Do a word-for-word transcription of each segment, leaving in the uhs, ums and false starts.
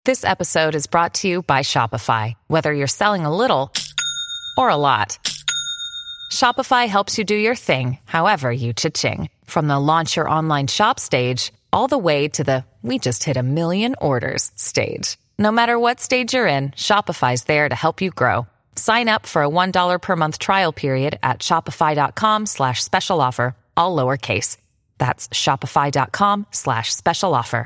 This episode is brought to you by Shopify. Whether you're selling a little or a lot, Shopify helps you do your thing, however you cha-ching. From the launch your online shop stage, all the way to the we just hit a million orders stage. No matter what stage you're in, Shopify's there to help you grow. Sign up for a one dollar per month trial period at shopify.com slash special offer, all lowercase. That's shopify.com slash special offer.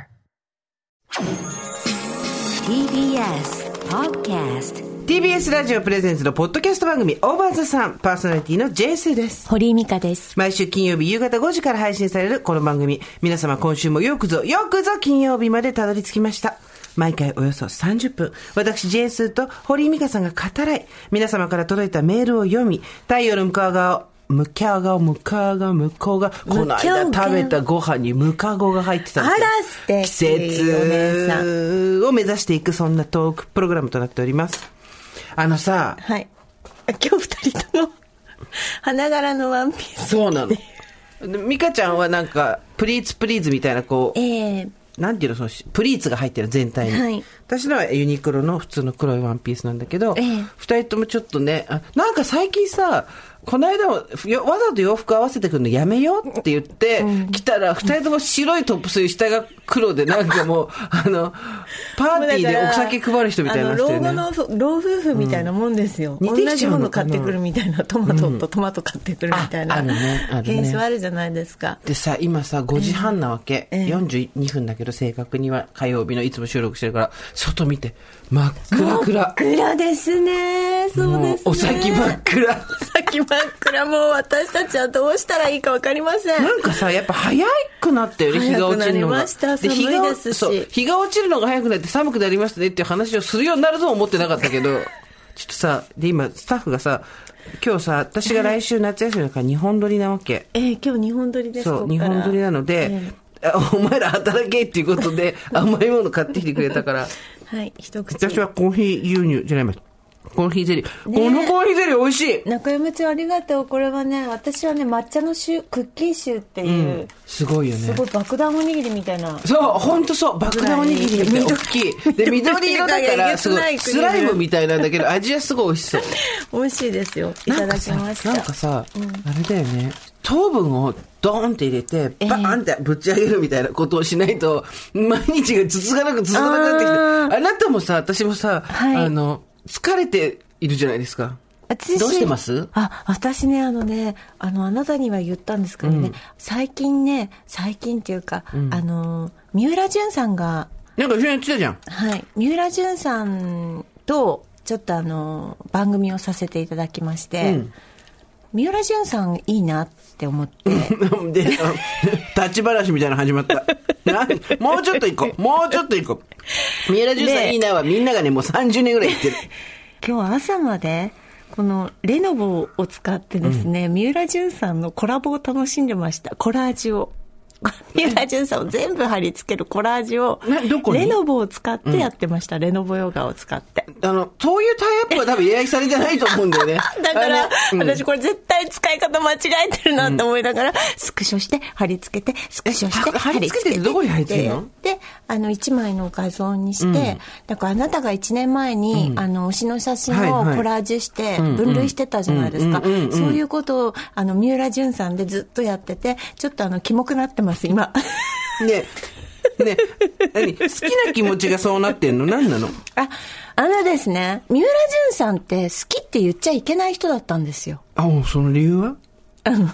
ティービーエス Podcast。 ティービーエス ラジオプレゼンツのポッドキャスト番組オーバーザさん、パーソナリティのジェイスーです。 堀井美香です。 毎週金曜日夕方ごじから配信されるこの番組、皆様今週もよくぞよくぞ金曜日までたどり着きました。毎回およそさんじゅっぷん、私ジェイスーと堀井美香さんが語らい、皆様から届いたメールを読み、太陽の向かう側を向かう側向かう側向こう側、この間食べたご飯にムカゴが入ってたんですよ。 あら素敵。 季節を目指していく、そんなトークプログラムとなっております。あのさ、 はい、今日二人とも花柄のワンピース。 そうなの。美香ちゃんはなんかプリーツプリーズみたいなこう、えー、なんていうの、そのプリーツが入ってる全体に、はい、私のはユニクロの普通の黒いワンピースなんだけど、えー、二人ともちょっとね、あ、なんか最近さ、この間もわざと洋服合わせてくるのやめようって言って、うん、来たら二人とも白いトップスに下が黒で、なんかもうあのパーティーでお酒配る人みたいな人よね。 老後の老夫婦みたいなもんですよ、うん、同じもの買ってくるみたいな、トマトとトマト買ってくるみたいな、うん、あ, あるねあるね現象あるじゃないですか。 でさ、今さごじはんなわけ、えー、よんじゅうにふんだけど正確には火曜日のいつも収録してるから、外見て真っ暗暗。 真っ暗ですね。そうですね。 お先真っ暗。 お先真っ暗。もう私たちはどうしたらいいか分かりません。 なんかさ、やっぱ早くなったよね、日が落ちるのが。 早くなりました。寒いですし。 そう、日が落ちるのが早くなって寒くなりましたねっていう話をするようになるとは思ってなかったけど、ちょっとさ、で今スタッフがさ、今日さ、私が来週夏休みだから日本撮りなわけ。 えー、今日日本撮りです。 そう、日本撮りなので、えー、お前ら働けっていうことで甘いもの買ってきてくれたからはい、一口。 私はコーヒー牛乳じゃないます、コーヒーゼリー、ね、このコーヒーゼリー美味しい。 中山ちゃんありがとう。これはね、私はね、抹茶のシュクッキーシューっていう、うん、 すごいよね。 すごい爆弾おにぎりみたいな。 そう、ほんとそう、爆弾おにぎりみたいな大きいで緑色だからすごいスライムみたいなんだけど味はすごい美味しそう。 美味しいですよ。いただきました。 なんかさ、うん、あれだよね、糖分をドーンって入れてバーンってぶち上げるみたいなことをしないと、えー、毎日が続かなく続かなくなってきて、 あ, あなたもさ、私もさ、はい、あの疲れているじゃないですか。私どうしてます？ あ、私ね、あのね、あのあなたには言ったんですけどね、うん、最近ね、最近っていうか、うん、あの三浦淳さんがなんか一緒にやってたじゃん。 はい、三浦淳さんとちょっとあの番組をさせていただきまして、うん、三浦淳さんいいなって思ってで、立ち話みたいなの始まったもうちょっと行こうもうちょっと行こう三浦淳さんいいなはみんながね、もうさんじゅうねんぐらい言ってる今日朝までこのレノボを使ってですね、うん、三浦淳さんのコラボを楽しんでました。コラージュを三浦淳さんを全部貼り付けるコラージュをレノボを使ってやってました、うん、レノボヨガを使って。 あのそういうタイアップは多分依頼されてないと思うんだよねだから、うん、私これ絶対使い方間違えてるなって思いながら、うん、スクショして貼り付けてスクショして貼り付けてどこに貼り付けるので、あのいちまいの画像にして、うん、だからあなたがいちねんまえに、うん、あの推しの写真をコラージュして分類してたじゃないですか。そういうことをあの三浦淳さんでずっとやってて、ちょっとあのキモくなってます今ねね、何好きな気持ちがそうなってんの何なの？ あ、あのですね、三浦淳さんって好きって言っちゃいけない人だったんですよ。 あ、その理由は？ あの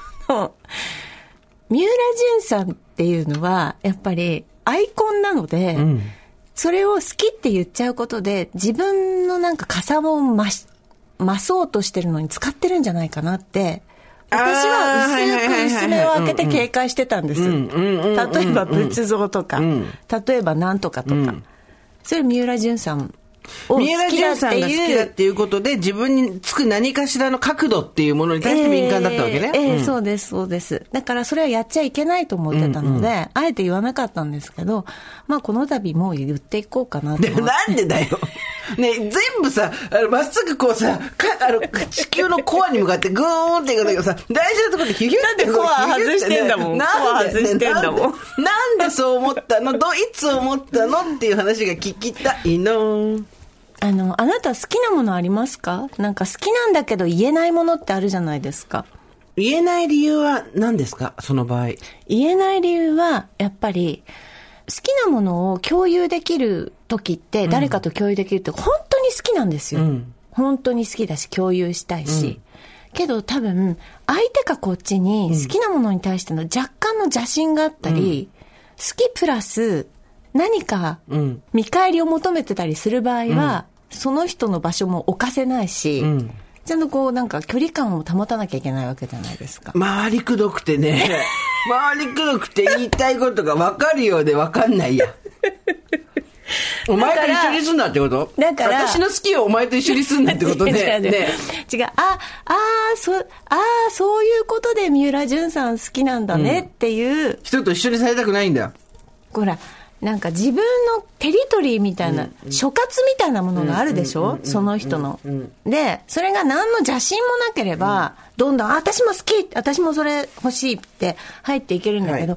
三浦淳さんっていうのはやっぱりアイコンなので、うん、それを好きって言っちゃうことで自分のなんか傘を増し増そうとしてるのに使ってるんじゃないかなって私は薄く薄めを開けて警戒してたんです。例えば仏像とか、うん、例えばなんとかとか、うん、それ三浦淳さんを好きだっていう、三浦淳さんが好きだっていうことで自分につく何かしらの角度っていうものに対して敏感だったわけね。えーえーうん、そうですそうです。だからそれはやっちゃいけないと思ってたので、うんうん、あえて言わなかったんですけど、まあこの度もう言っていこうかなと思って。 なんでだよね、全部さ、あの、まっすぐこうさ、か、あの、地球のコアに向かってグーンっていくんだけどさ、大事なところでヒュヒュって。 だってコア外してんだもん。 なんで、 コア外してんだもん。 なんでそう思ったの？どいつ思ったのっていう話が聞きたいの。 あの、あなた好きなものありますか？なんか好きなんだけど言えないものってあるじゃないですか。 言えない理由は何ですか？その場合。 言えない理由は、やっぱり、好きなものを共有できる時って、誰かと共有できるって本当に好きなんですよ。うん、本当に好きだし、共有したいし。うん、けど多分、相手がこっちに好きなものに対しての若干の邪心があったり、うん、好きプラス何か見返りを求めてたりする場合は、うん、その人の場所も置かせないし、うん、ちゃんとこうなんか距離感を保たなきゃいけないわけじゃないですか。 回りくどくてね。回りくどくて言いたいことが分かるようで分かんないや。お前と一緒にすんなってこと？だから私の好きをお前と一緒にすんなってことね。 違う違う、 ね、 違う。あ、あそ、あそういうことで三浦淳さん好きなんだねっていう、うん、 人と一緒にされたくないんだ。 ほら、なんか自分のテリトリーみたいな、うんうん、所轄みたいなものがあるでしょ、うんうんうん、その人の、うんうん、でそれが何の邪心もなければ、うん、どんどん私も好き、私もそれ欲しいって入っていけるんだけど、はい、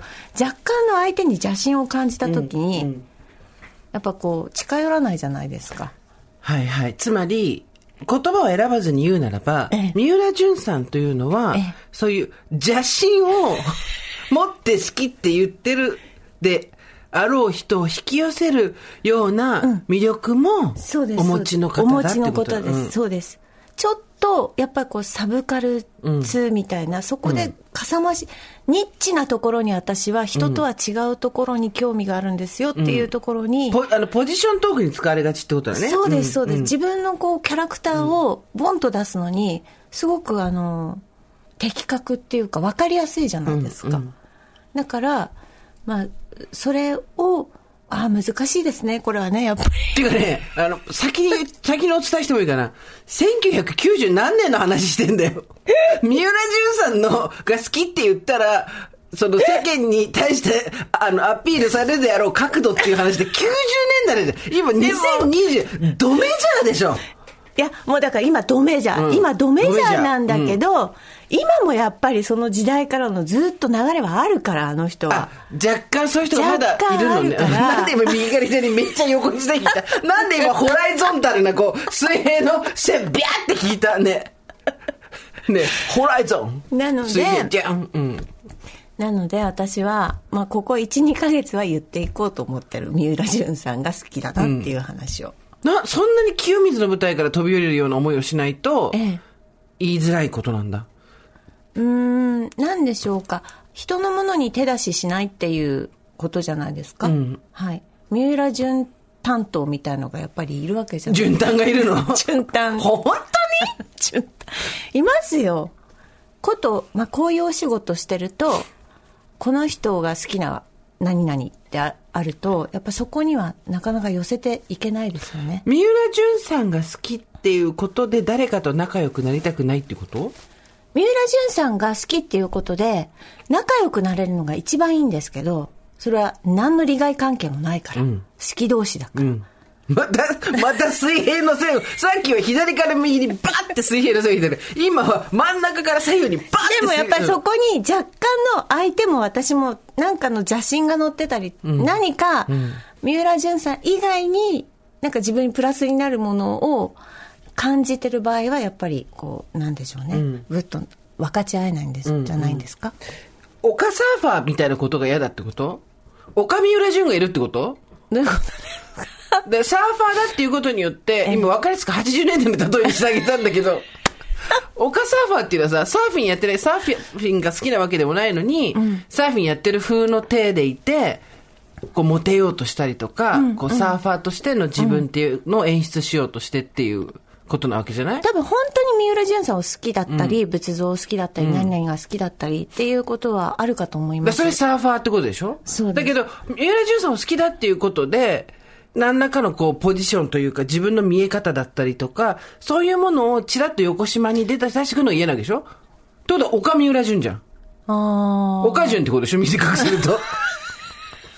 若干の相手に邪心を感じた時に、うんうん、やっぱこう近寄らないじゃないですか。 はいはい。つまり言葉を選ばずに言うならば、ええ、三浦淳さんというのは、ええ、そういう邪心を持って好きって言ってるであろう人を引き寄せるような魅力もお持ちの方だってこと。お持ちのことです、 うん、そうです。ちょっとやっぱりこうサブカルツみたいな、うん、そこでかさ増し、うん、ニッチなところに私は人とは違うところに興味があるんですよっていうところに、 うん、ポ, あのポジショントークに使われがちってことだね。 そうですそうです、うん、自分のこうキャラクターをボンと出すのにすごくあの的確っていうか分かりやすいじゃないですか、うんうん、だからまあそれをああ難しいですねこれはねやっぱり。 っていうかね、あの先に先にお伝えしてもいいかな。せんきゅうひゃくきゅうじゅう何年の話してんだよ。三浦淳さんのが好きって言ったらその世間に対してあのアピールされるであろう角度っていう話できゅうじゅうねんだいで今にせんにじゅうドメジャーでしょ。 いやもうだから今ドメジャー、うん、今ドメジャーなんだけど、うん、今もやっぱりその時代からのずっと流れはあるからあの人は。 あ若干そういう人がまだいるのね。なんで今右から左にめっちゃ横にしてきた。なんで今ホライゾンタルなこう水平の線ビャーって聞いたね。ねホライゾン。 なので水平じゃん。うん。 なので私は、まあ、ここ いちにかげつは言っていこうと思ってる三浦淳さんが好きだなっていう話を。うんな、そんなに清水の舞台から飛び降りるような思いをしないと、ええ、言いづらいことなんだ。 うーん、なんでしょうか。人のものに手出ししないっていうことじゃないですか。うん、はい。三浦淳担当みたいのがやっぱりいるわけじゃないですか。 淳担がいるの？ 淳担。 本当に？ 淳担。いますよ。こと、まあ、こういうお仕事してると、この人が好きな何々ってああるとやっぱそこにはなかなか寄せていけないですよね。 三浦淳さんが好きっていうことで誰かと仲良くなりたくないってこと？ 三浦淳さんが好きっていうことで仲良くなれるのが一番いいんですけどそれは何の利害関係もないから、うん、好き同士だから、うんまた、また水平の線を、さっきは左から右にバーって水平の線を引いてる。今は真ん中から左右にバーって。 でもやっぱりそこに若干の相手も私もなんかの邪心が乗ってたり、うん、何か三浦淳さん以外になんか自分にプラスになるものを感じてる場合はやっぱりこう、なんでしょうね。うん、ぐっと分かち合えないんです、うんうん、じゃないんですか。 岡サーファーみたいなことが嫌だってこと？岡三浦淳がいるってこと？ どういうことですか？ でサーファーだっていうことによって今分かりやすくはちじゅうねんだいの例えにしてあげたんだけど岡サーファーっていうのはさサーフィンやってないサーフィンが好きなわけでもないのに、うん、サーフィンやってる風の体でいてこうモテようとしたりとか、うん、こうサーファーとしての自分っていうのを演出しようとしてっていうことなわけじゃない？ 多分本当に三浦淳さんを好きだったり、うん、仏像を好きだったり、うん、何々が好きだったりっていうことはあるかと思います。 それサーファーってことでしょ？そうです。だけど三浦淳さんを好きだっていうことで何らかのこうポジションというか自分の見え方だったりとかそういうものをちらっと横島に出た出してくるのは嫌なわけでしょ？ってことは岡三浦淳じゃん。あ岡淳ってことでしょ？短くすると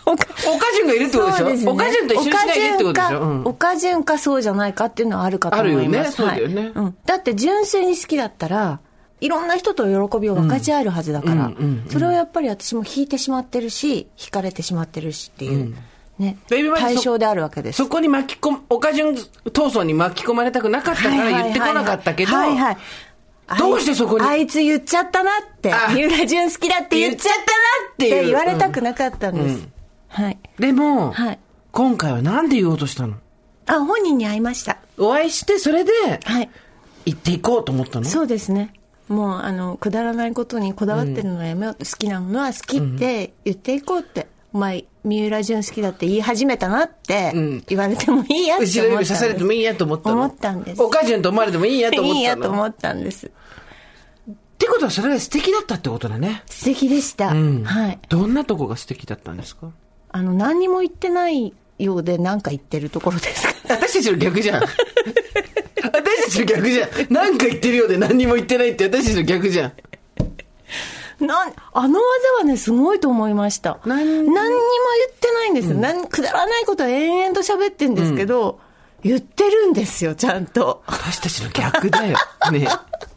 おかじゅんがいるってことでしょ。ですね、おかじゅんと一緒にしないでってことでしょ。うん、 おかじゅんかそうじゃないかっていうのはあるかと思います。 あるよね。そうだよね、 はい、うん。だって純粋に好きだったら、いろんな人と喜びを分かち合えるはずだから、うんうんうんうん、それをやっぱり私も引いてしまってるし、引かれてしまってるしっていう、うん、ね、対象であるわけです。 そこに巻き込む、おかじゅん闘争に巻き込まれたくなかったから言ってこなかったけど、はいはいはいはいはい、どうしてそこにあ, あいつ言っちゃったなって、三浦淳好きだって言っちゃったなって言われたくなかったんです。うんうん、はい。 でも、はい、今回はなんで言おうとしたの？ あ、本人に会いました。 お会いして、それで、はい。行っていこうと思ったの？ そうですね。もう、あの、くだらないことにこだわってるのはやめよう。うん、好きなものは好きって言っていこうって。うん、お前、三浦淳好きだって言い始めたなって言われてもいいやって思ったんです。 後ろ指さされてもいいやと思ったの？ 思ったんです。 おかじゅんと思われてもいいやと思ったの？いいやと思ったんです。 ってことはそれが素敵だったってことだね。 素敵でした。うん、はい。 どんなとこが素敵だったんですか？ あの、何にも言ってないようで何か言ってるところですか？ 私たちの逆じゃん。私たちの逆じゃん。何か言ってるようで何にも言ってないって私たちの逆じゃん。 なんあの技はねすごいと思いました。何にも言ってないんです、うん、なんくだらないことは延々と喋ってるんですけど、うん、言ってるんですよちゃんと。 私たちの逆だよね。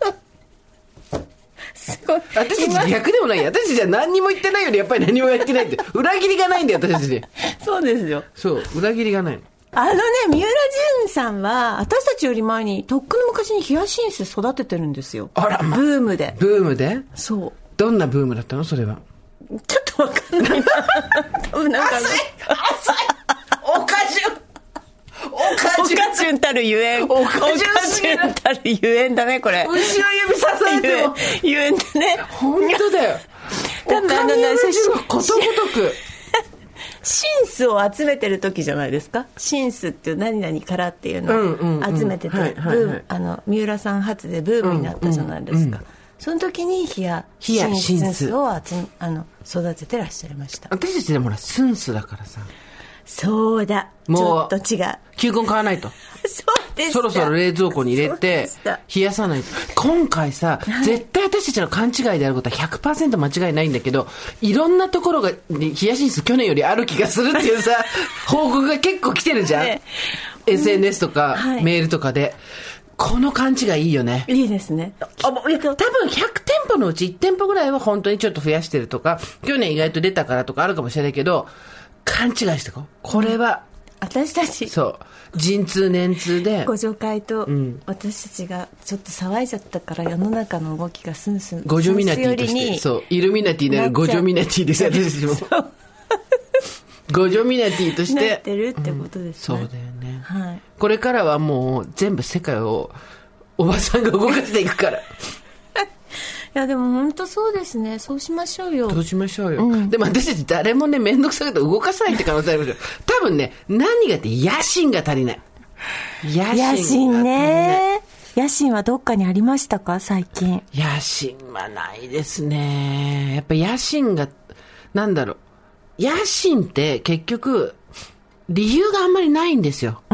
すごい。 私たち逆でもない。私たちは何にも言ってないよりやっぱり何もやってないって裏切りがないんだよ私たちに。 そうですよ。 そう裏切りがない。 あのね、三浦淳さんは私たちより前にとっくの昔にヒヤシンス育ててるんですよ。 あら、ま、 ブームで。 ブームで？ そう。 どんなブームだったのそれは？ ちょっとわかんないな。多分なんか浅い浅い。おかじゅん。 おかじゅんたるゆえん。おかじゅんたるゆえんだねこれ。 後ろ指さされてもゆえんだね。 本当だよ。 多分あのね、 ことごとく。 シンスを集めてる時じゃないですか。シンスっていう何々からっていうのを集めてて、あの三浦さん発でブームになったじゃないですか。うんうんうん、その時にヒヤシンスを集めあの育ててらっしゃいました。 私たちでもほらスンスだからさ。 そうだ。もうちょっと違う。 球根買わないと。 そうです。 そろそろ冷蔵庫に入れて冷やさないと。今回さ、はい、絶対私たちの勘違いであることは ひゃくパーセント 間違いないんだけど、いろんなところがヒヤシンス去年よりある気がするっていうさ報告が結構来てるじゃん、ね、エスエヌエス とか、はい、メールとかで。この勘違いいいよね。 いいですね。 あ、多分ひゃくてんぽのうちいってんぽぐらいは本当にちょっと増やしてるとか、去年意外と出たからとかあるかもしれないけど、勘違いしてこう。これは、 私たち。 そう。陣痛年痛で。 ご助会と、私たちがちょっと騒いじゃったから世の中の動きがスンスン。 ゴジョミナティとして。そう。イルミナティになるゴジョミナティです、私たちも。ゴジョミナティとしてなってるってことですね、 うん、そうだよね、 はい、 これからはもう全部世界をおばさんが動かしていくからいやでも本当そうですね。そうしましょうよ。 そうしましょうよ、うん、でも私たち誰もね面倒くさくて動かさないって可能性ありますよ。多分ね何がって野心が足りない。 野心野心ね。野心はどっかにありましたか最近？ 野心はないですね。やっぱ野心がなんだろう、野心って結局理由があんまりないんですよ、うん、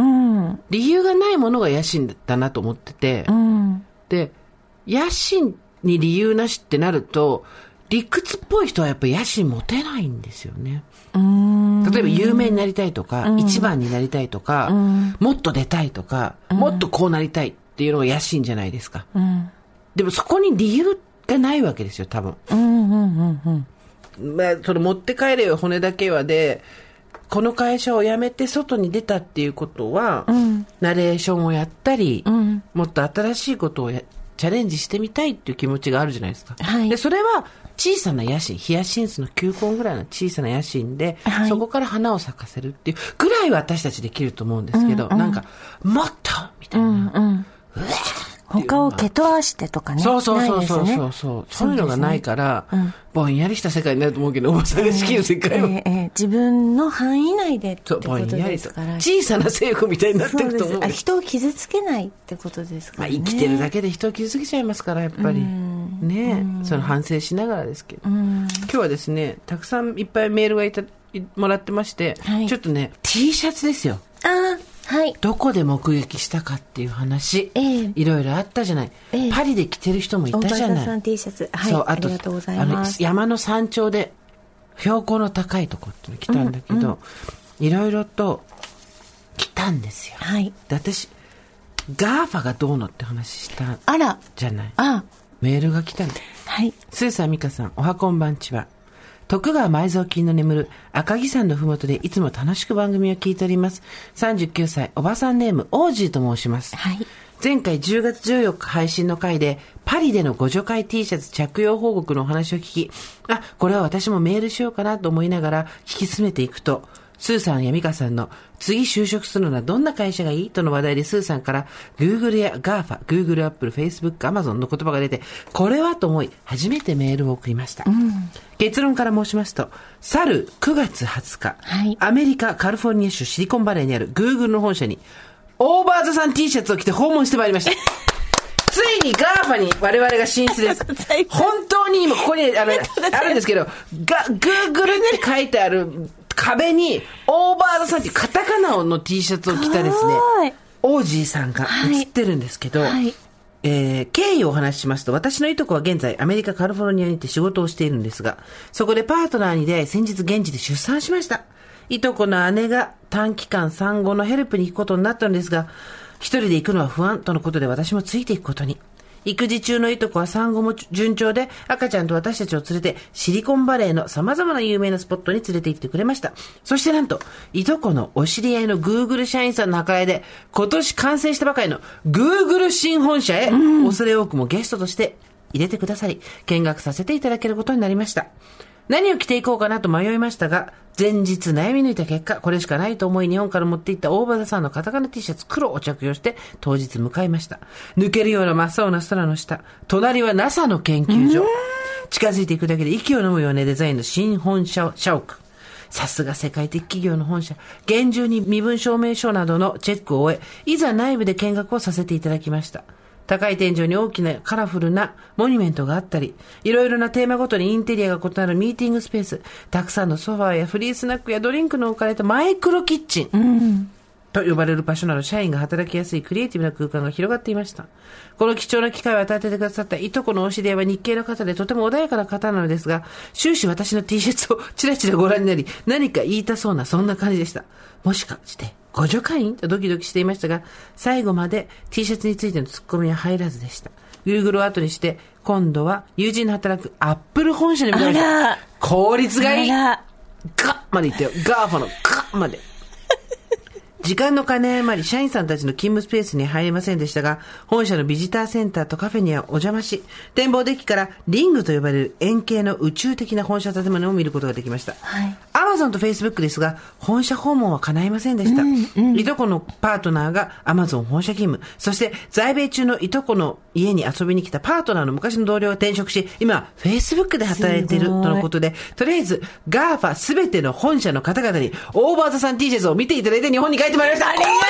理由がないものが野心だなと思ってて、うん、で野心に理由なしってなると理屈っぽい人はやっぱり野心持てないんですよね。うーん、例えば有名になりたいとか、うん、一番になりたいとか、うん、もっと出たいとか、うん、もっとこうなりたいっていうのが野心じゃないですか、うん、でもそこに理由がないわけですよ多分、うんうんうんうんまあ、その持って帰れよ骨だけはでこの会社を辞めて外に出たっていうことは、うん、ナレーションをやったり、うん、もっと新しいことをやチャレンジしてみたいっていう気持ちがあるじゃないですか、はい、でそれは小さな野心、ヒヤシンスのきゅうこんぐらいの小さな野心で、はい、そこから花を咲かせるっていうぐらいは私たちできると思うんですけど、うんうん、なんかもっとみたいな、うんうん、うわ他を蹴飛ばしてとかね。 そうそうそうそうそうそう、そういうのがないから、ねうん、ぼんやりした世界になると思うけど、おばさんが仕切る世界は、えーえー、 自分の範囲内でってことですから、 小さな政府みたいになっていくと思う。 あ、人を傷つけないってことですからね。 まあ、生きてるだけで人を傷つけちゃいますからやっぱりね、その反省しながらですけど、今日はですねたくさんいっぱいメールがいたもらってまして、はい、ちょっとね T シャツですよ。 あはい、 どこで目撃したかっていう話、えー、いろいろあったじゃない、えー、パリで着てる人もいたじゃない。 大場さん T シャツ、はい、そう あ, とありがとうございます。 あの山の山頂で標高の高いとこっての来たんだけど、いろいろと来たんですよ。 はい。 で、私、ガーファがどうのって話したあら。 じゃない。 あメールが来たの。 はい。 スーさん、ミカさん、おはこんばんちは。徳川埋蔵金の眠る赤城山のふもとでいつも楽しく番組を聞いております。さんじゅうきゅうさい、おばさんネーム、オージーと申します。 はい。 前回じゅうがつじゅうよっか配信の回で、パリでのご助会 T シャツ着用報告のお話を聞き、あ、これは私もメールしようかなと思いながら聞き進めていくと、スーさんやミカさんの次就職するのはどんな会社がいいとの話題でスーさんから Google や ガーファ、Google、Apple、Facebook、Amazon の言葉が出て、これはと思い初めてメールを送りました。うん、結論から申しますと、去るくがつはつか、はい、アメリカ・カリフォルニア州シリコンバレーにある Google の本社にオーバーザさん T シャツを着て訪問してまいりました。ついにガーファに我々が進出です。本当に今ここにあのあるんですけど、が Google って書いてある壁にオーバーザさんっていうカタカナの T シャツを着たですね、オージーさんが写ってるんですけど、はいはい、えー、経緯をお話ししますと、私のいとこは現在アメリカカリフォルニアにて仕事をしているんですが、そこでパートナーに出会い先日現地で出産しました。いとこの姉が短期間産後のヘルプに行くことになったのですが、一人で行くのは不安とのことで私もついていくことに。育児中のいとこは産後も順調で、赤ちゃんと私たちを連れてシリコンバレーの様々な有名なスポットに連れて行ってくれました。そしてなんと、いとこのお知り合いの Google 社員さんの計らいで、今年完成したばかりの Google 新本社へ、恐れ多くもゲストとして入れてくださり、見学させていただけることになりました。何を着ていこうかなと迷いましたが、前日悩み抜いた結果、これしかないと思い日本から持っていった大場田さんのカタカナ T シャツ黒を着用して当日向かいました。抜けるような真っ青な空の下、隣は ナサ の研究所。近づいていくだけで息を飲むようなデザインの新本社社屋。さすが世界的企業の本社。厳重に身分証明書などのチェックを終え、いざ内部で見学をさせていただきました。高い天井に大きなカラフルなモニュメントがあったり、いろいろなテーマごとにインテリアが異なるミーティングスペース、たくさんのソファーやフリースナックやドリンクの置かれたマイクロキッチン、うん、と呼ばれる場所など社員が働きやすいクリエイティブな空間が広がっていました。この貴重な機会を与えてくださったいとこのお知り合いは日系の方でとても穏やかな方なのですが、終始私の T シャツをチラチラご覧になり、何か言いたそうなそんな感じでした。もしかしてご助会員とドキドキしていましたが、最後まで T シャツについてのツッコミは入らずでした。Google を後にして、今度は友人の働く Apple 本社に向かいました。効率がいい。ガッまで行ったよ。ガーファのガッまで。時間の兼ね合いもあり、社員さんたちの勤務スペースに入れませんでしたが、本社のビジターセンターとカフェにはお邪魔し、展望デッキからリングと呼ばれる円形の宇宙的な本社建物を見ることができました。はい、Amazon と Facebook ですが、本社訪問は叶いませんでした。うんうん、いとこのパートナーが Amazon 本社勤務、そして在米中のいとこの家に遊びに来たパートナーの昔の同僚が転職し、今 Facebook で働いているとのことで、とりあえず ガーファ すべての本社の方々にオーバーザさん T シャツを見ていただいて日本に帰ってまいりました。ありがたい。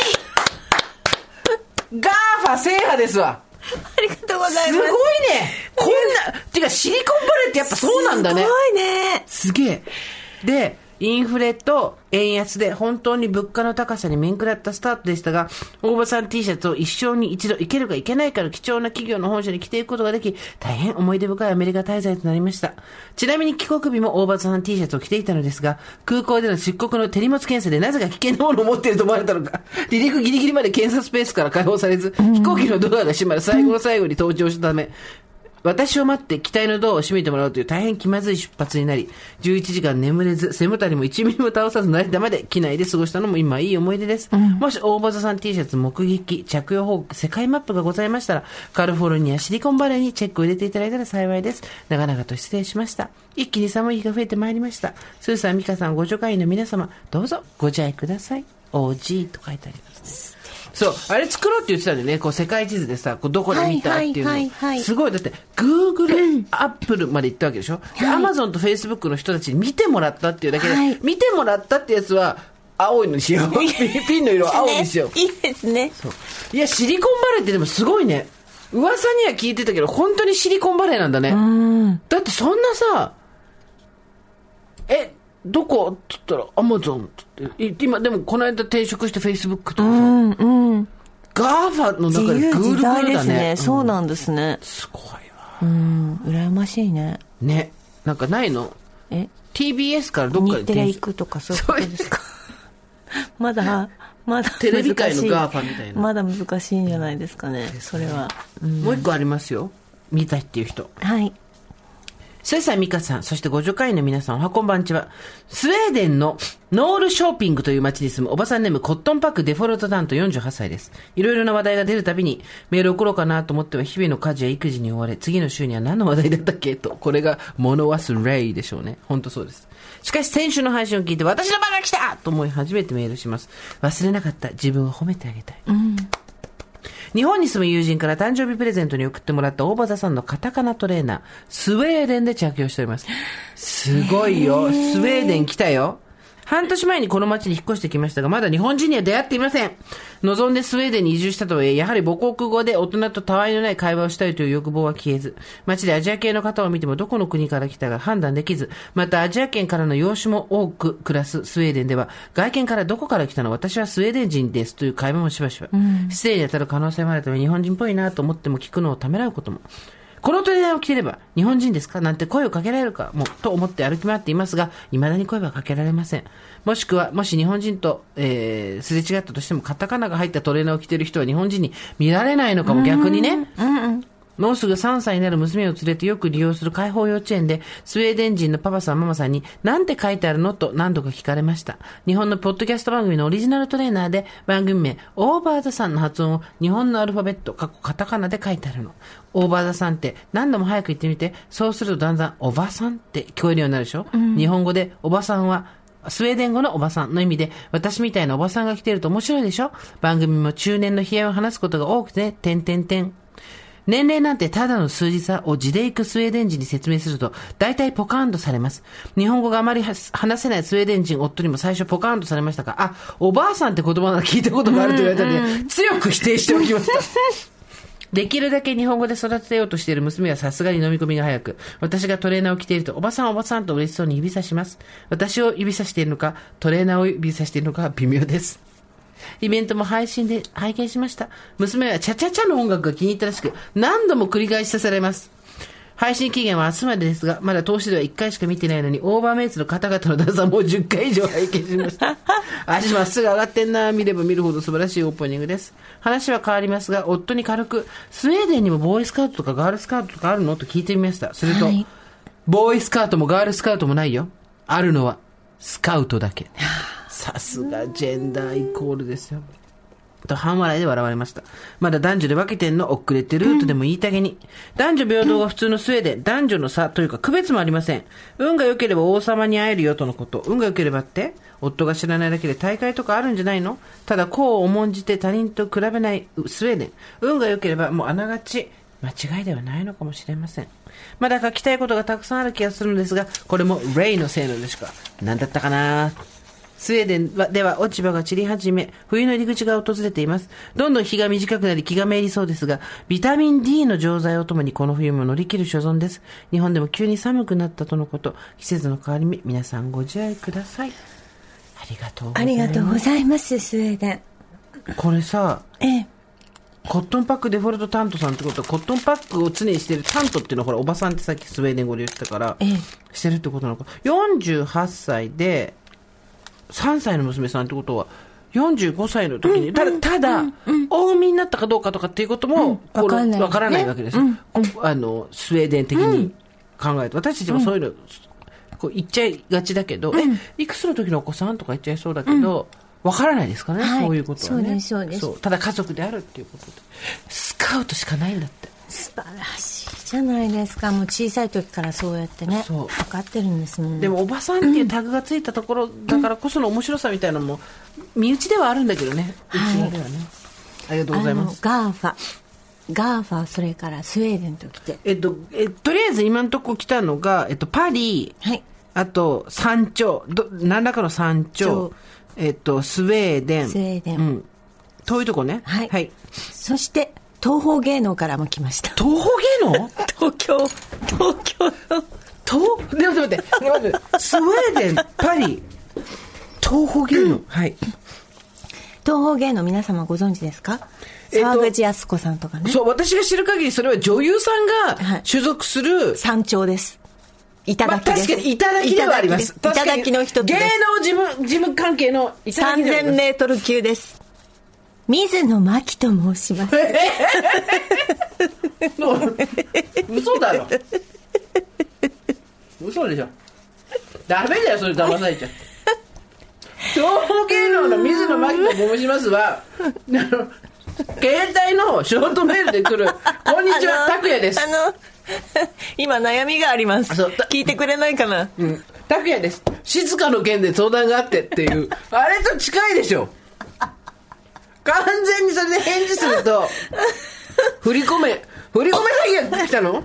ガーファ制覇ですわ。 ありがとうございます。 すごいね。こんな、てかシリコンバレーってやっぱそうなんだね。 すごいね。 すげえ。で、インフレと円安で本当に物価の高さに面食らったスタートでしたが、大場さん T シャツを一生に一度行けるか行けないかの貴重な企業の本社に着ていくことができ、大変思い出深いアメリカ滞在となりました。ちなみに帰国日も大場さん T シャツを着ていたのですが、空港での出国の手荷物検査でなぜか危険なものを持っていると思われたのか、離陸ギリギリまで検査スペースから解放されず、うん、飛行機のドアが閉まる最後の最後に登場したため、私を待って機体のドアを閉めてもらうという大変気まずい出発になり、じゅういちじかん眠れず、背もたれもいちミリも倒さず成田まで機内で過ごしたのも今いい思い出です。うん、もし大場さん T シャツ目撃、着用報告、世界マップがございましたら、カリフォルニア、シリコンバレーにチェックを入れていただいたら幸いです。長々と失礼しました。一気に寒い日が増えてまいりました。スーさん、ミカさん、ご助会員の皆様、どうぞご自愛ください。オージー と書いてあります。そう、あれ作ろうって言ってたんでね、こう世界地図でさ、こうどこで見たっていうの、はいはいはいはい、すごい、だって Google、Apple まで行ったわけでしょ、はい、Amazon と Facebook の人たちに見てもらったっていうだけで、はい、見てもらったってやつは青いのにしようピンの色を青にしよう。 いいですね。 そう、いやシリコンバレーってでもすごいね。噂には聞いてたけど本当にシリコンバレーなんだね。うん、だってそんなさ、えどこって言ったらアマゾンって今でもこの間転職してフェイスブックとかさ、うんうん、ガーファの中でグールグルだね。 うん、そうなんですね。 すごいわ。 うん、羨ましいね。 ね、なんかないのえティービーエス からどっかで日テレ行くとかそういうことですかまだまだテレビ界のガーファみたいな。 まだ難しいんじゃないですかね、それは、 うん、もう一個ありますよ、見たいっていう人。 はい。 スエさん、ミカさん、そしてご助会員の皆さん、おはこんばんちは。スウェーデンのノールショッピングという街に住むおばさんネームコットンパックデフォルト担当よんじゅうはっさいです。いろいろな話題が出るたびにメール送ろうかなと思っては日々の家事や育児に追われ、次の週には何の話題だったっけと、これが物忘れでしょうね。本当そうです。しかし先週の配信を聞いて私の番が来たと思い初めてメールします。忘れなかった自分を褒めてあげたい。うん、日本に住む友人から誕生日プレゼントに送ってもらった大場座さんのカタカナトレーナー、スウェーデンで着用しております。すごいよ。スウェーデン来たよ。半年前にこの町に引っ越してきましたが、まだ日本人には出会っていません。望んでスウェーデンに移住したとはいえ、やはり母国語で大人とたわいのない会話をしたいという欲望は消えず、街でアジア系の方を見てもどこの国から来たか判断できず、またアジア圏からの養子も多く暮らすスウェーデンでは、外見からどこから来たの、私はスウェーデン人ですという会話もしばしば、うん、失礼に当たる可能性もあるため、日本人っぽいなと思っても聞くのをためらうことも。このトレーナーを着ていれば日本人ですかなんて声をかけられるかもと思って歩き回っていますが、未だに声はかけられません。もしくはもし日本人と、えー、すれ違ったとしてもカタカナが入ったトレーナーを着ている人は日本人に見られないのかも。逆にね、うんうん、もうすぐさんさいになる娘を連れてよく利用する開放幼稚園でスウェーデン人のパパさんママさんになんて書いてあるのと何度か聞かれました。日本のポッドキャスト番組のオリジナルトレーナーで番組名オーバーザさんの発音を日本のアルファベットカタカナで書いてあるの。オーバーザさんって何度も早く言ってみて、そうするとだんだんおばさんって聞こえるようになるでしょ、うん、日本語でおばさんはスウェーデン語のおばさんの意味で、私みたいなおばさんが来ていると面白いでしょ。番組も中年の悲哀を話すことが多くて、てんてんてん。年齢なんてただの数字差を地で行くスウェーデン人に説明すると、大体ポカーンとされます。日本語があまり話せないスウェーデン人夫にも最初ポカーンとされましたが、あ、おばあさんって言葉なら聞いたことがあると言われたので、うんうん、強く否定しておきました。できるだけ日本語で育てようとしている娘はさすがに飲み込みが早く、私がトレーナーを着ていると、おばさんおばさんと嬉しそうに指さします。私を指さしているのか、トレーナーを指さしているのかは微妙です。イベントも配信で拝見しました。娘はチャチャチャの音楽が気に入ったらしく、何度も繰り返しさせられます。配信期限は明日までですが、まだ投資ではいっかいしか見てないのに、オーバーメイツの方々のダンスはもうじゅっかい以上拝見しました。足まっすぐ上がってんな、見れば見るほど素晴らしいオープニングです。話は変わりますが、夫に軽く、スウェーデンにもボーイスカウトとかガールスカウトとかあるのと聞いてみました。すると、はい、ボーイスカウトもガールスカウトもないよ。あるのは、スカウトだけ。さすがジェンダーイコールですよ。と半笑いで笑われました。まだ男女で分けてんの遅れてるーとでも言いたげに、うん、男女平等が普通のスウェーデン、男女の差というか区別もありません。運が良ければ王様に会えるよとのこと。運が良ければって夫が知らないだけで大会とかあるんじゃないの。ただこう重んじて他人と比べないスウェーデン。運が良ければもうあながち間違いではないのかもしれません。まだ書きたいことがたくさんある気がするのですが、これもレイのせいなのでしょうか。何だったかな。スウェーデンでは落ち葉が散り始め、冬の入り口が訪れています。どんどん日が短くなり気がめいりそうですが、ビタミン D の錠剤をともにこの冬も乗り切る所存です。日本でも急に寒くなったとのこと。季節の変わり目、皆さんご自愛ください。ありがとうございます。 ありがとうございます、スウェーデン。 これさ、 ええ、 コットンパックデフォルトタントさんってことは、コットンパックを常にしてるタントっていうのはほら、おばさんってさっきスウェーデン語で言ってたから、ええ、してるってことなのか。よんじゅうはっさいで、さんさいの娘さんってことはよんじゅうごさいの時に、うん、ただ、ただ、うんうん、お産みになったかどうかとかっていうことも、うん、わからない、わからないわけです、ね、うん、あのスウェーデン的に考えて、私たちもそういうの、うん、こう言っちゃいがちだけど、うん、えいくつの時のお子さんとか言っちゃいそうだけど、うん、わからないですかね、はい、そういうことはね。 そうですそうです。 そうただ家族であるっていうことで、スカウトしかないんだって。 素晴らしいじゃないですか。もう小さい時からそうやってね分かってるんですもん。 でもおばさんっていうタグがついたところだからこその面白さみたいなのも身内ではあるんだけどね、うちらではね、はい、ありがとうございます。 ガーファガーファそれからスウェーデンと来て、 えっとえとりあえず今のところ来たのが、えっと、パリ、はい、あと山頂ど何らかの山頂、えっと、スウェーデンスウェーデン、うん、 遠いとこね、 はい、はい、そして東方芸能からも来ました。 東方芸能東京東京の東でも待って待ってスウェーデンパリ東方芸能、うん、はい、 東方芸能皆様ご存知ですか。沢口靖子さんとかね。 そう私が知る限りそれは女優さんが所属する、はい、 山頂です。 いただきです。 まあ、確かにいただきではあります。 いただきの一つです。 芸能事務、事務関係のいただきではあります。 さんぜんメートル級です。水野真紀と申します。 嘘だろ。嘘でしょ。ダメだよ、それ騙されちゃう。東方芸能の水野真紀と申しますは、携帯のショートメールで来る、こんにちは、拓也です。 あの、今悩みがあります。聞いてくれないかな。 うん。拓也です。静かの件で相談があってっていう、あれと近いでしょ。完全にそれで返事すると、振り込め、振り込め詐欺が来たの？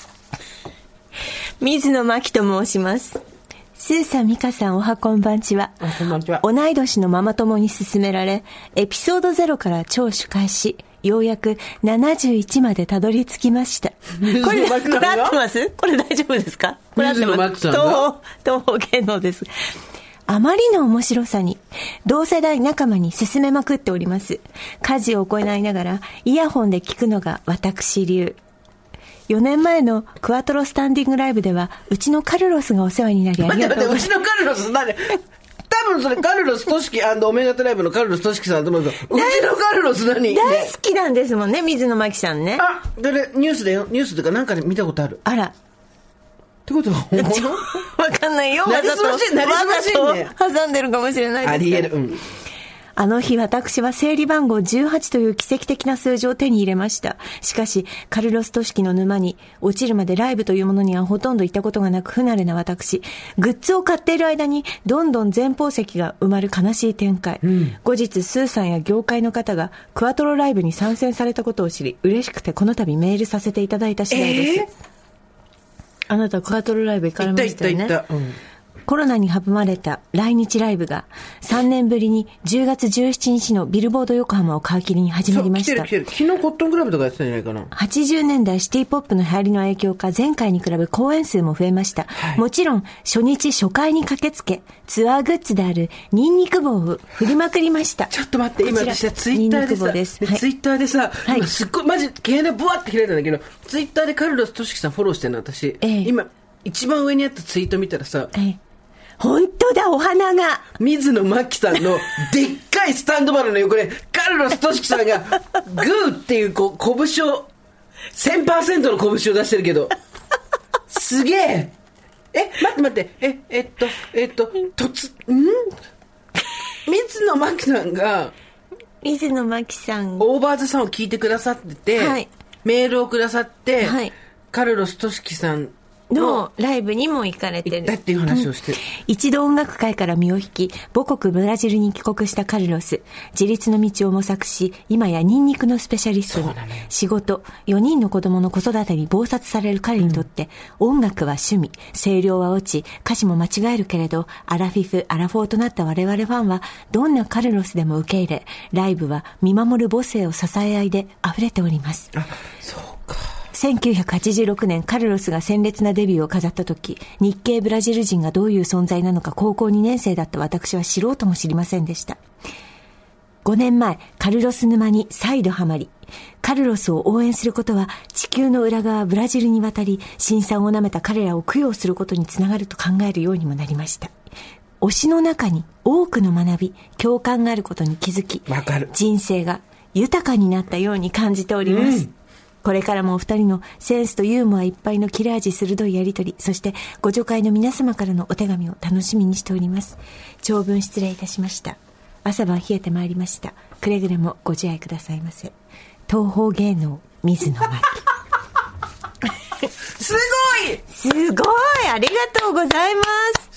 水野真紀と申します。スーさん、ミカさん、おはこんばんちは。 あ、こんばんちは。 同い年のママ友に勧められ、エピソードゼロから聴取開始、ようやくななじゅういちまでたどり着きました。これ、これ合ってます？これ大丈夫ですか？これ合ってます。東方、東方芸能です。あまりの面白さに、同世代仲間に勧めまくっております。家事を行いながら、イヤホンで聞くのが私流。よねんまえのクワトロスタンディングライブでは、うちのカルロスがお世話になりありがとうございます。 待って待って、うちのカルロス何？多分それカルロストシキ&オメガトライブのカルロストシキさんと思うけど、うちのカルロス何？ 大好きなんですもんね、水野真紀さんね。 あ、でね、ニュースでよ、ニュースとかなんかで見たことある。 あら。 ってことは本物？ わかんないよ。わざと、わざと挟んでるかもしれないです。 ありえる。うん。 あの日私は整理番号じゅうはちという奇跡的な数字を手に入れました。しかしカルロス・トシキの沼に落ちるまでライブというものにはほとんど行ったことがなく不慣れな私、グッズを買っている間にどんどん前方席が埋まる悲しい展開、うん、後日スーさんや業界の方がクワトロライブに参戦されたことを知り、嬉しくてこの度メールさせていただいた次第です、えー、あなたクワトロライブ行かれましたよね。行った行った、うん。コロナに阻まれた来日ライブがさんねんぶりにじゅうがつじゅうしちにちのビルボード横浜を皮切りに始まりました。 そう、来てる来てる。昨日コットンクラブとかやってたんじゃないかな。 はちじゅうねんだいシティポップの流行りの影響か前回に比べ公演数も増えました、はい、もちろん初日初回に駆けつけツアーグッズであるニンニク棒を振りまくりました。 ちょっと待って、今私はツイッターでさ、ではい、ツイッターでさ、はい、今すっごいマジ携帯ブワって開いたんだけど、ツイッターでカルロス・トシキさんフォローしてるの私、ええ、今一番上にあったツイート見たらさ、ええ、 本当だ、お花が水野真紀さんのでっかいスタンドバルの横でカルロス・トシキさんがグーっていうこう拳を せんパーセント の拳を出してるけどすげえ。え、待って待って、え、えっとえっと突ん水野真紀さんが水野真紀さんオーバーズさんを聞いてくださってて、はい、メールをくださって、はい、カルロス・トシキさんのライブにも行かれてる。 だっていう話をしてる、うん、 一度音楽界から身を引き母国ブラジルに帰国したカルロス、自立の道を模索し、今やニンニクのスペシャリストに、ね、仕事、よにんの子供の子育てに忙殺される彼にとって、うん、音楽は趣味、声量は落ち、歌詞も間違えるけれど、アラフィフアラフォーとなった我々ファンはどんなカルロスでも受け入れ、ライブは見守る母性を支え合いで溢れております。 あ、そうか。 せんきゅうひゃくはちじゅうろくねん、カルロスが鮮烈なデビューを飾った時、日系ブラジル人がどういう存在なのか高校にねん生だった私は知ろうとも知りませんでした。ごねんまえ、カルロス沼に再度ハマり、カルロスを応援することは地球の裏側ブラジルに渡り、辛酸をなめた彼らを供養することにつながると考えるようにもなりました。推しの中に多くの学び、共感があることに気づき、 わかる。 人生が豊かになったように感じております、うん。これからもお二人のセンスとユーモアいっぱいの切れ味鋭いやりとり、そしてご助会の皆様からのお手紙を楽しみにしております。長文失礼いたしました。朝晩冷えてまいりました。くれぐれもご自愛くださいませ。東方芸能水野真紀すごいすごい、ありがとうございます。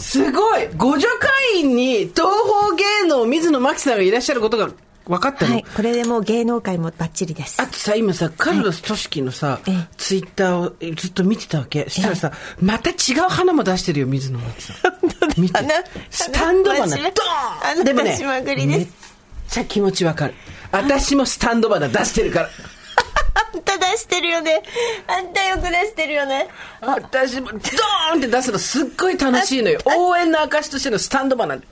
すごい、ご助会員に東方芸能水野真紀さんがいらっしゃることが分かったの。 はい、これでもう芸能界もバッチリです。 あとさ、今さ、カルロス・トシキのさ、はい、ツイッターをずっと見てたわけ。したらさ、また違う花も出してるよ、水野真紀さん。見て、スタンド花ドーン。でもね、めっちゃ気持ち分かる。私もスタンド花出してるからあんた出してるよね。あんたよく出してるよね。 私もドーンって出すのすっごい楽しいのよ。応援の証としてのスタンド花ドーン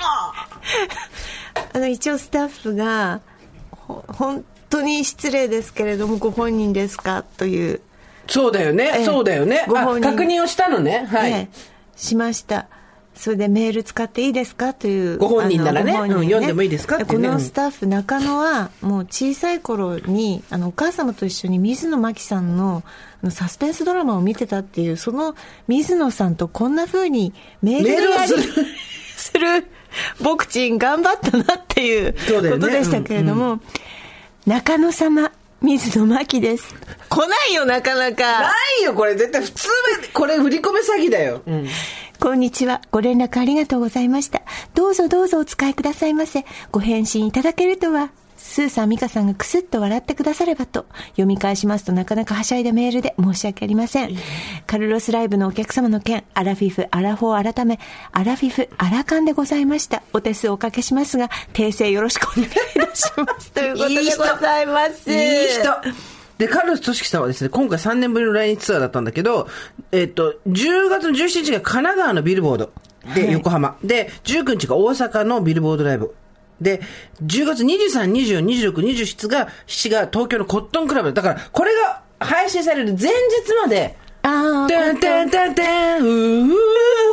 あの一応スタッフが本当に失礼ですけれどもご本人ですかというそうだよね、えー、そうだよね。ご本人確認をしたのね。はい、えー、 しました。それでメール使っていいですかというご本人なら ね, ね、うん、読んでもいいですかって、ね、 このスタッフ中野はもう小さい頃にあのお母様と一緒に水野真紀さん の, あのサスペンスドラマを見てたっていう、その水野さんとこんな風にメールでやりする僕ちん頑張ったなっていうことでしたけれども、ね、うんうん、中野様水野真紀です。来ないよなかなか。 ないよこれ絶対普通はこれ振り込め詐欺だよ、うん、 こんにちは。ご連絡ありがとうございました。どうぞどうぞお使いくださいませ。ご返信いただけるとは。スーさん、ミカさんがクスッと笑ってくださればと。読み返しますとなかなかはしゃいだメールで申し訳ありません。いいね、カルロスライブのお客様の件、アラフィフ、アラフォー改め、アラフィフ、アラカンでございました。お手数おかけしますが、訂正よろしくお願いいたします。ということでございます。 いい人。で、カルロス俊樹さんはですね、今回さんねんぶりの来日ツアーだったんだけど、えっと、じゅうがつのじゅうしちにちが神奈川のビルボードで、横浜、はい、で、じゅうくにちが大阪のビルボードライブで、じゅうがつにじゅうさん、にじゅうよん、にじゅうろく、にじゅうしちが、しちが東京のコットンクラブだから、これが配信される前日まで、 あー、 てんてんてんてん、うー、ファンパー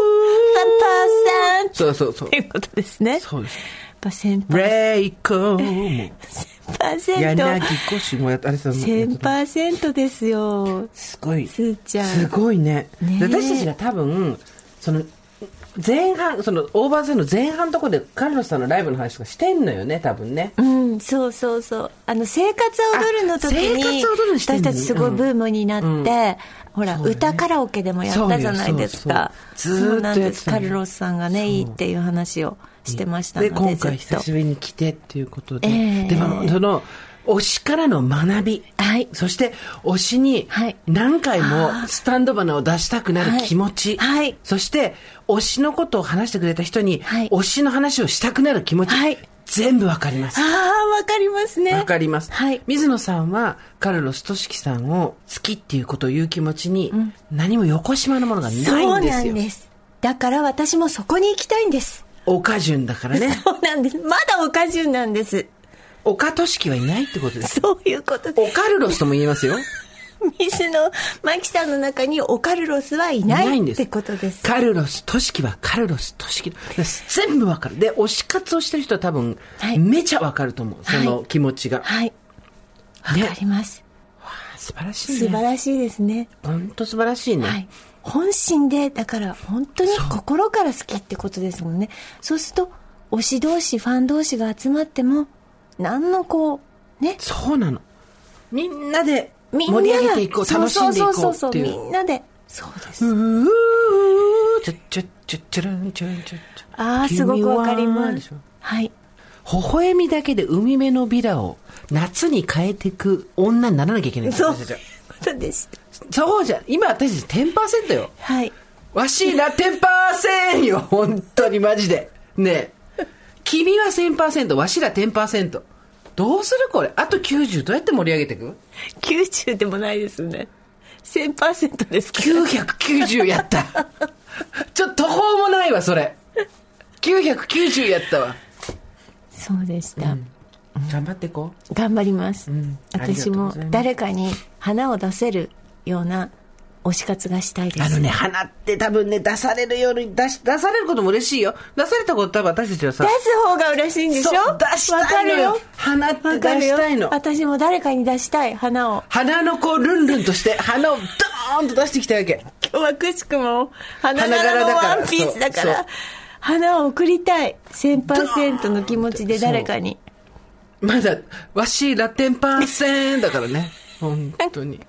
セント。 そうそうそう。 ということですね。 そうです。 パセンパーセント。レイコーも。 パーセント。 柳越もやった、あれさ、 せんパーセントですよ。 すごい。 すーちゃん。 すごいね。ね、私たちが多分、その、前半、そのオーバーゼの前半のところでカルロスさんのライブの話とかしてんのよね、多分ね。 うん、そうそうそう。あの生活を踊るの時に生活を踊るのしてんの、 私たちすごいブームになって、うんうん、ほら、ね、歌カラオケでもやったじゃないですか。 そうそうそう、 そうなんです。カルロスさんがね、いいっていう話をしてましたので、 で今回久しぶりに来てっていうことで、えー、でもその推しからの学び、はい、そして推しに何回もスタンド花を出したくなる気持ち、はいはい、そして推しのことを話してくれた人に、はい、推しの話をしたくなる気持ち、はい、全部わかります。 ああ、わかりますね。 わかります、はい、水野さんはカルロス俊樹さんを好きっていうことを言う気持ちに、うん、何も横島のものがないんですよ。 そうなんです。だから私もそこに行きたいんです。 岡潤だからね。 そうなんです。まだ岡潤なんです。 岡俊樹はいないってことです。 そういうことです。 オカルロスとも言えますよ。 水野真紀さんの中にオカルロスはいないってことです。 カルロス俊樹はカルロス俊樹全部わかる。で、推し活をしてる人は多分、はい、めちゃわかると思う、その気持ちが。 はいわ、はい、かります、 わあ、素晴らしいね。 素晴らしいですね。 本当素晴らしいね、はい、 本心で、だから本当に心から好きってことですもんね。そうすると推し同士、ファン同士が集まっても何のこうね、 そうなの、みんなで盛り上げていこう、楽しんでいこうっていう。そうそうそうそう、 みんなで。そうです。 うーちょちょちょちょらんちょんちょ。 ああ、すごくわかります。はい。 微笑みだけで海辺のビラを夏に変えていく女にならなきゃいけないんですよ。 そうそうです。 そうじゃ、今私たち じゅっパーセント よ。 はい。 わしら じゅっパーセント よ、本当にマジで。ねえ。君は せんパーセント、わしら じゅっパーセント。どうするこれ。あときゅうじゅうどうやって盛り上げていく？ きゅうじゅう でもないですね。せんパーセント ですから。 きゅうひゃくきゅうじゅうやった。ちょっと途方もないわ、それ。きゅうひゃくきゅうじゅうやったわ。 そうでした。うん、 頑張っていこう。頑張ります。うん、私も誰かに花を出せるような推し活がしたいです。 あのね、花って多分ね、出されるより出し、出されることも嬉しいよ。出されたこと多分私たちはさ、 出す方が嬉しいんでしょ。 そう、出したいのよ。花って出したいの。 私も誰かに出したい、花を。 花のこうルンルンとして花をドーンと出してきたわけ。 今日はくしくも花柄のワンピースだから、花を送りたい。せんパーセント の気持ちで誰かに。 まだわしら じゅっパーセント だからね。本当に。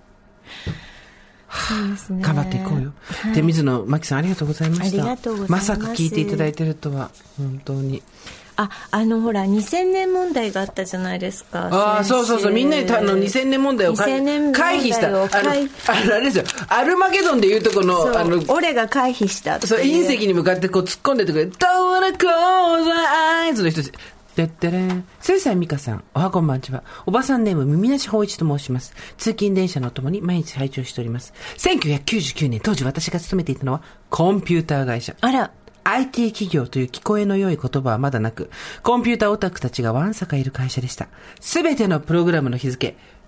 そうですね、 頑張っていこうよ、はい、で、水野真紀さんありがとうございました。 ありがとうございます。 まさか聞いていただいてるとは本当に。 あ、あのほらにせんねん問題があったじゃないですか。 ああ、そうそうそう、みんなにあのにせんねん問題を回避した。あの、あのあれですよ、アルマゲドンでいうとこの、あの俺が回避したっていう。 そう、隕石に向かってこう突っ込んでてくれ、Don't wanna close my eyes の人てってれん。せいさんみかさん、おはこんばんちは。おばさんネーム耳なしほういちと申します。通勤電車のお供に毎日拝聴しております。せんきゅうひゃくきゅうじゅうきゅうねん、当時私が勤めていたのはコンピューター会社。 あら。 アイティー 企業という聞こえの良い言葉はまだなく、コンピューターオタクたちがわんさかいる会社でした。すべてのプログラムの日付、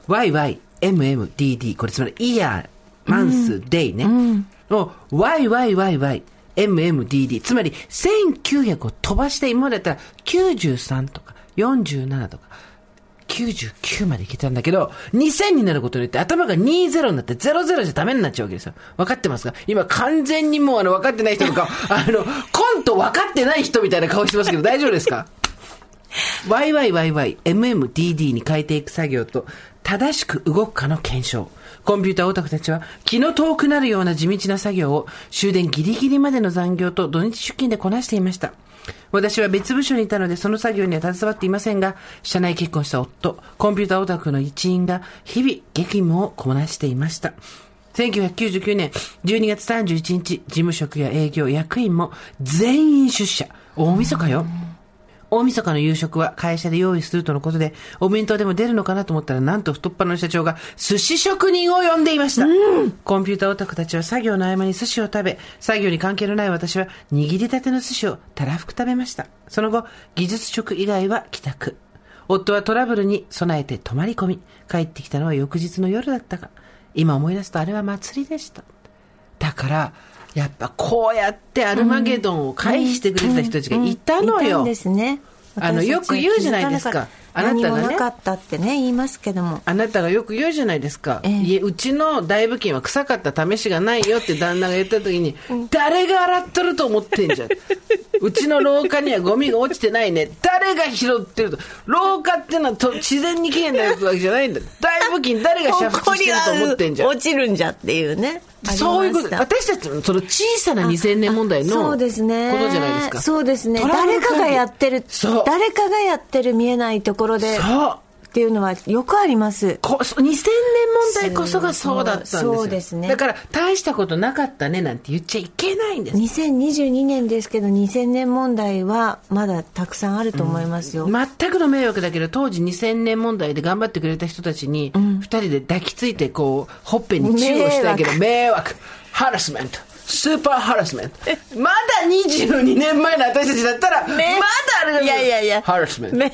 ワイワイエムエムディーディー、 これつまりイヤー、マンス、デイね。を ワイワイワイワイエムエムディーディー、 つまりせんきゅうひゃくを飛ばして今までだったらきゅうじゅうさんとかよんじゅうななとかきゅうじゅうきゅうまでいけたんだけど、にせんになることによって頭がにじゅうになってゼロゼロじゃダメになっちゃうわけですよ。分かってますか？今完全にもうあの分かってない人とかあのコント分かってない人みたいな顔してますけど大丈夫ですか？ ワイワイワイワイエムエムディーディー に変えていく作業と正しく動くかの検証。コンピューターオタクたちは気の遠くなるような地道な作業を終電ギリギリまでの残業と土日出勤でこなしていました。私は別部署にいたのでその作業には携わっていませんが、社内結婚した夫、コンピューターオタクの一員が日々激務をこなしていました。せんきゅうひゃくきゅうじゅうきゅうねんじゅうにがつさんじゅういちにち、事務職や営業、役員も全員出社。大晦日よ。大晦日の夕食は会社で用意するとのことで、お弁当でも出るのかなと思ったら、なんと太っ腹の社長が寿司職人を呼んでいました。うん、コンピューターオタクたちは作業の合間に寿司を食べ、作業に関係のない私は握りたての寿司をたらふく食べました。その後、技術職以外は帰宅。夫はトラブルに備えて泊まり込み、帰ってきたのは翌日の夜だったが、今思い出すとあれは祭りでした。だから、やっぱこうやってアルマゲドンを回避してくれた人たちがいたのよ。 いたんですね。 あのよく言うじゃないですか。あなたがね、 何もなかったってね言いますけども、 あなたがよく言うじゃないですか、ええ、いえうちの大部金は臭かった試しがないよって旦那が言った時に、うん、誰が洗っとると思ってんじゃんうちの廊下にはゴミが落ちてないね、誰が拾ってると。廊下ってのはと自然にきれいになるわけじゃないんだ。大部金誰が煮沸してると思ってんじゃん。 落ちるんじゃっていうね。 そういうこと。私たちのその小さなにせんねん問題のことじゃないですか。 そうですね。誰かがやってる、誰かがやってる見えないところでっていうのはよくあります。 こにせんねん問題こそがそうだったんですよ。 そうですね。 だから大したことなかったねなんて言っちゃいけないんです。 にせんにじゅうにねんですけどにせんねん問題はまだたくさんあると思いますよ。 うん、全くの迷惑だけど当時にせんねん問題で頑張ってくれた人たちにふたりで抱きついてこうほっぺにチューをしたいけど迷惑。ハラスメント、スーパーハラスメント。まだにじゅうにねんまえの私たちだったら、まだあれだ。 いやいやいや。 ハラスメント。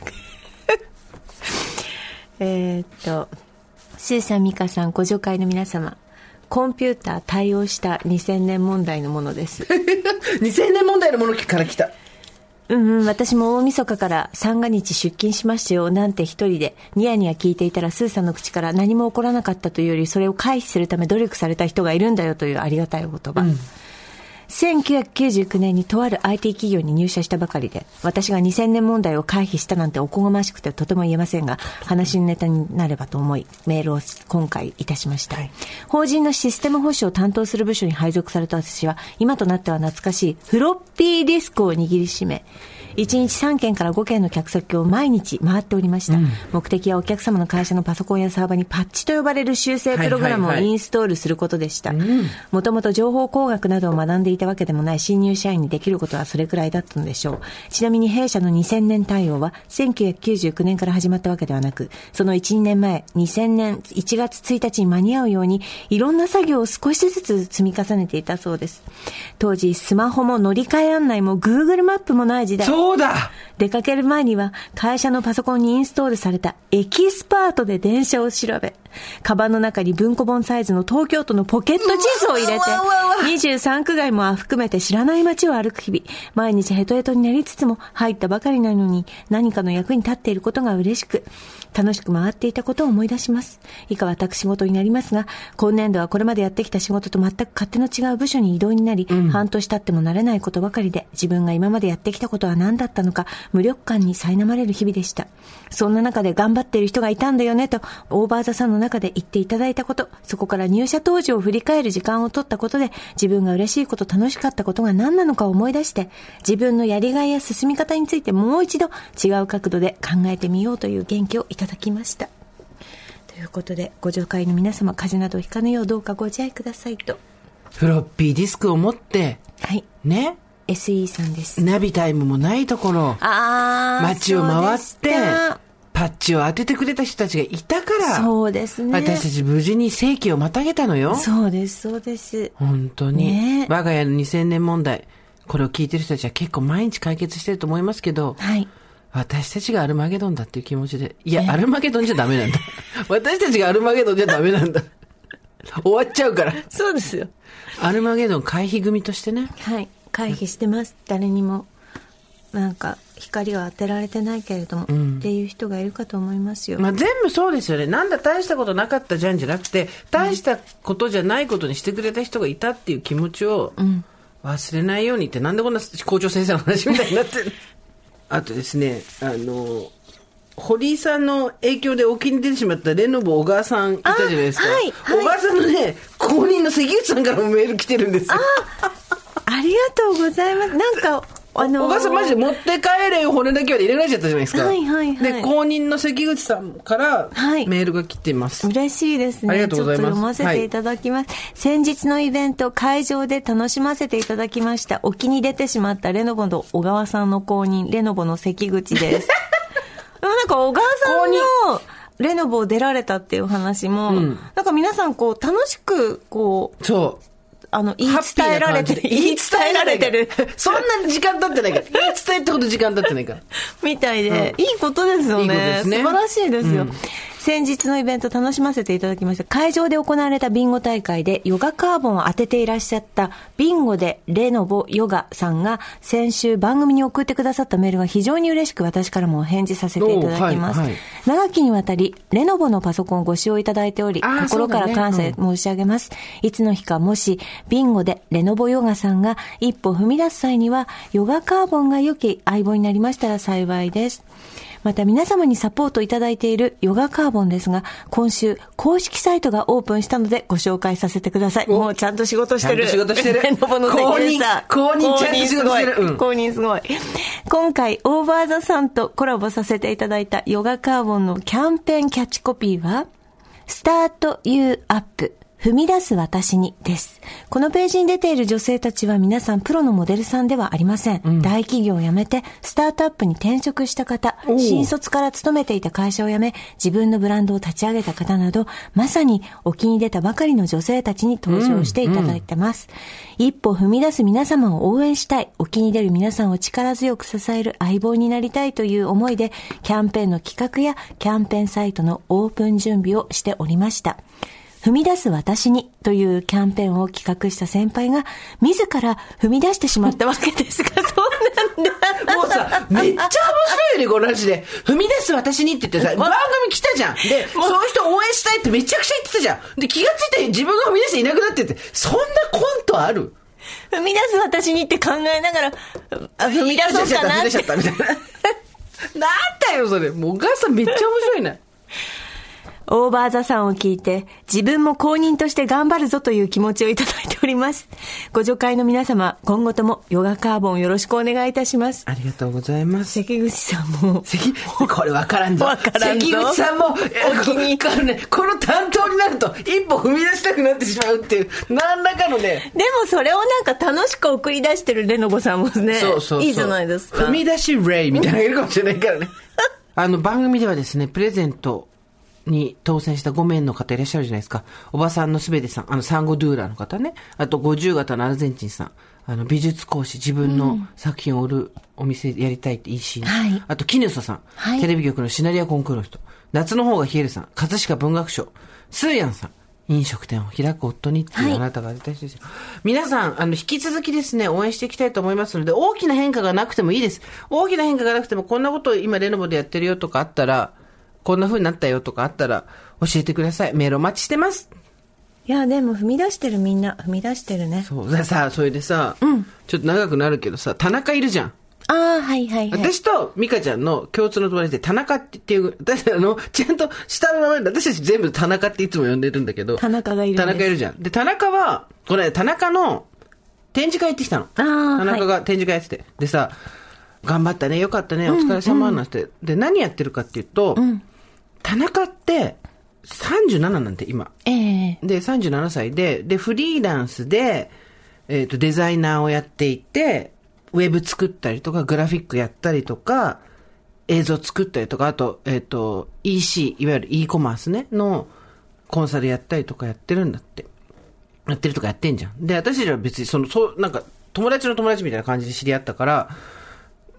えっと、スーさん、ミカさん、ご助会の皆様、コンピューター対応したにせんねん問題のものです。 にせんねん問題のものから来た。 うんうん、私も大晦日から三が日出勤しましたよなんて一人でニヤニヤ聞いていたら、スーさんの口から何も起こらなかったというよりそれを回避するため努力された人がいるんだよというありがたいお言葉、うん、せんきゅうひゃくきゅうじゅうきゅうねんにとある アイティー 企業に入社したばかりで、私がにせんねん問題を回避したなんておこがましくてとても言えませんが、話のネタになればと思いメールを今回いたしました、はい、法人のシステム保守を担当する部署に配属された私は、今となっては懐かしいフロッピーディスクを握りしめ、いちにちさんけんからごけんの客先を毎日回っておりました、うん、目的はお客様の会社のパソコンやサーバーにパッチと呼ばれる修正プログラムをインストールすることでした。もともと情報工学などを学んでいたわけでもない新入社員にできることはそれくらいだったのでしょう。ちなみに弊社のにせんねん対応はせんきゅうひゃくきゅうじゅうきゅうねんから始まったわけではなく、そのいち、にねんまえにせんねんいちがつついたちに間に合うようにいろんな作業を少しずつ積み重ねていたそうです。当時スマホも乗り換え案内も Google マップもない時代。 そうだ、 出かける前には会社のパソコンにインストールされたエキスパートで電車を調べ、カバンの中に文庫本サイズの東京都のポケット地図を入れてにじゅうさんくがいも含めて知らない街を歩く日々、毎日ヘトヘトになりつつも入ったばかりなのに何かの役に立っていることが嬉しく楽しく回っていたことを思い出します。以下は私事になりますが、今年度はこれまでやってきた仕事と全く勝手の違う部署に異動になり、うん、半年経っても慣れないことばかりで、自分が今までやってきたことは何だったのか無力感に苛まれる日々でした。そんな中で頑張っている人がいたんだよねとオーバーザさんの中で言っていただいたこと、そこから入社当時を振り返る時間を取ったことで、自分が嬉しいこと楽しかったことが何なのかを思い出して、自分のやりがいや進み方についてもう一度違う角度で考えてみようという元気をいただきました。ということで、ご助会の皆様、風邪などひかぬようどうかご自愛くださいと。 フロッピーディスクを持ってはいね、 エスイー さんです。 ナビタイムもないところ、 あ街を回ってパッチを当ててくれた人たちがいたから、 そうですね、 私たち無事に世紀をまたげたのよ。 そうですそうです、 本当に、 ね、 我が家のにせんねん問題、これを聞いてる人たちは結構毎日解決してると思いますけど、 はい、 私たちがアルマゲドンだっていう気持ちで、いや、アルマゲドンじゃダメなんだ。私たちがアルマゲドンじゃダメなんだ。終わっちゃうから。 そうですよ。 アルマゲドン回避組としてね。 はい。回避してます。誰にも、なんか、光が当てられてないけれども、うん、っていう人がいるかと思いますよ。 まあ全部そうですよね。なんだ大したことなかったじゃんじゃなくて、大したことじゃないことにしてくれた人がいたっていう気持ちを忘れないようにって、なんでこんな校長先生の話みたいになってるあとですね、あの、堀井さんの影響で沖に出てしまったレノボ小川さんいたじゃないですか。はいはい、小川さんのね、公認の関口さんからもメール来てるんですよ。 あ, ありがとうございます。なんか、あのー、 小川さんマジで持って帰れよ骨だけは入れられちゃったじゃないですか。 はいはいはい。 で、公認の関口さんからメールが来てます。 はい、嬉しいですね。 ありがとうございます。 ちょっと読ませていただきます。はい、先日のイベント、会場で楽しませていただきました。沖に出てしまったレノボの小川さんの公認、レノボの関口です。でもなんか小川さんのレノボ出られたっていう話も、うん、なんか皆さんこう楽しくこう、 そう。 あの、言い伝えられてる。言い伝えられてる。 そんな時間経ってないから。言い伝えってこと時間経ってないから。 みたいで、うん、いいことですよね。いいことですね。素晴らしいですよ。うん、先日のイベント楽しませていただきました。会場で行われたビンゴ大会でヨガカーボンを当てていらっしゃったビンゴでレノボヨガさんが先週番組に送ってくださったメールが非常に嬉しく私からもお返事させていただきます。はいはい、長きにわたりレノボのパソコンをご使用いただいており、心から感謝申し上げます。うん、いつの日かもしビンゴでレノボヨガさんが一歩踏み出す際にはヨガカーボンが良き相棒になりましたら幸いです。また皆様にサポートいただいているヨガカーボンですが、今週公式サイトがオープンしたのでご紹介させてください。もうちゃんと仕事してる。 ちゃんと仕事してる。 レノボの公認、公認ちゃんと仕事してる。 うん、公認すごい。今回、オーバーザさんとコラボさせていただいたヨガカーボンのキャンペーンキャッチコピーは、スタートユーアップ。踏み出す私にです。このページに出ている女性たちは皆さんプロのモデルさんではありません。うん、大企業を辞めてスタートアップに転職した方、新卒から勤めていた会社を辞め自分のブランドを立ち上げた方など、まさに沖に出たばかりの女性たちに登場していただいてます。うんうん、一歩踏み出す皆様を応援したい、沖に出る皆さんを力強く支える相棒になりたいという思いでキャンペーンの企画やキャンペーンサイトのオープン準備をしておりました。踏み出す私にというキャンペーンを企画した先輩が自ら踏み出してしまったわけですが、そうなんだ。 もうさ、めっちゃ面白いね、この話で。踏み出す私にって言ってさ、番組来たじゃん。で、そういう人応援したいってめちゃくちゃ言ってたじゃん。で、気がついて自分が踏み出していなくなってって、そんなコントある？ 踏み出す私にって考えながら、踏み出そうかなって。踏み出しちゃった、みたいな。なんだよ、それ。もうお母さんめっちゃ面白いね。 オーバーザさんを聞いて自分も公認として頑張るぞという気持ちをいただいております。ご助会の皆様、今後ともヨガカーボンよろしくお願いいたします。 ありがとうございます。 関口さんも関これ分からんぞ。 分からんぞ。 関口さんもお気にかるね。この担当になると一歩踏み出したくなってしまうっていう何らかのね。 でもそれをなんか楽しく送り出してるレノボさんもね、そうそうそう、いいじゃないですか。 踏み出しレイみたいなのがいるかもしれないからね。あの番組ではですね、プレゼントに当選したごめいの方いらっしゃるじゃないですか。おばさんのすべてさん、あのサンゴドゥーラの方ね。あとごじゅう型のアルゼンチンさん。あの美術講師、自分の作品を売るお店やりたいっていいし、うん、はい、あとキヌソさん、はい、テレビ局のシナリアコンクールの人。夏の方が冷えるさん、葛飾文学賞。スーヤンさん、飲食店を開く夫にっていうあなたがやりたい人ですよ。はい、皆さん、あの、引き続きですね、応援していきたいと思いますので、大きな変化がなくてもいいです。大きな変化がなくても、こんなことを今レノボでやってるよとかあったら、こんな風になったよとかあったら教えてください。メールお待ちしてます。 いやでも踏み出してる、みんな踏み出してるね。 そうださ、それでさ、うん、ちょっと長くなるけどさ、田中いるじゃん。 ああ、はいはいはい。 私と美香ちゃんの共通の友達で田中っていう、私あのちゃんと下の名前で私たち全部田中っていつも呼んでるんだけど、 田中がいるんです。 田中いるじゃん。で田中はこれ田中の展示会行ってきたの。田中が展示会やってて、はい、でさ、頑張ったね、よかったね、お疲れ様なんて、うんうん、で何やってるかっていうと。うん、田中ってさんじゅうなななんて今、えー、でさんじゅうななさいででフリーランスで、えーと、デザイナーをやっていて、ウェブ作ったりとかグラフィックやったりとか映像作ったりとか、あと,、えーと イーシー いわゆる e コマースねのコンサルやったりとかやってるんだって、やってるとかやってんじゃん。で私たちは別にそのそうなんか友達の友達みたいな感じで知り合ったから、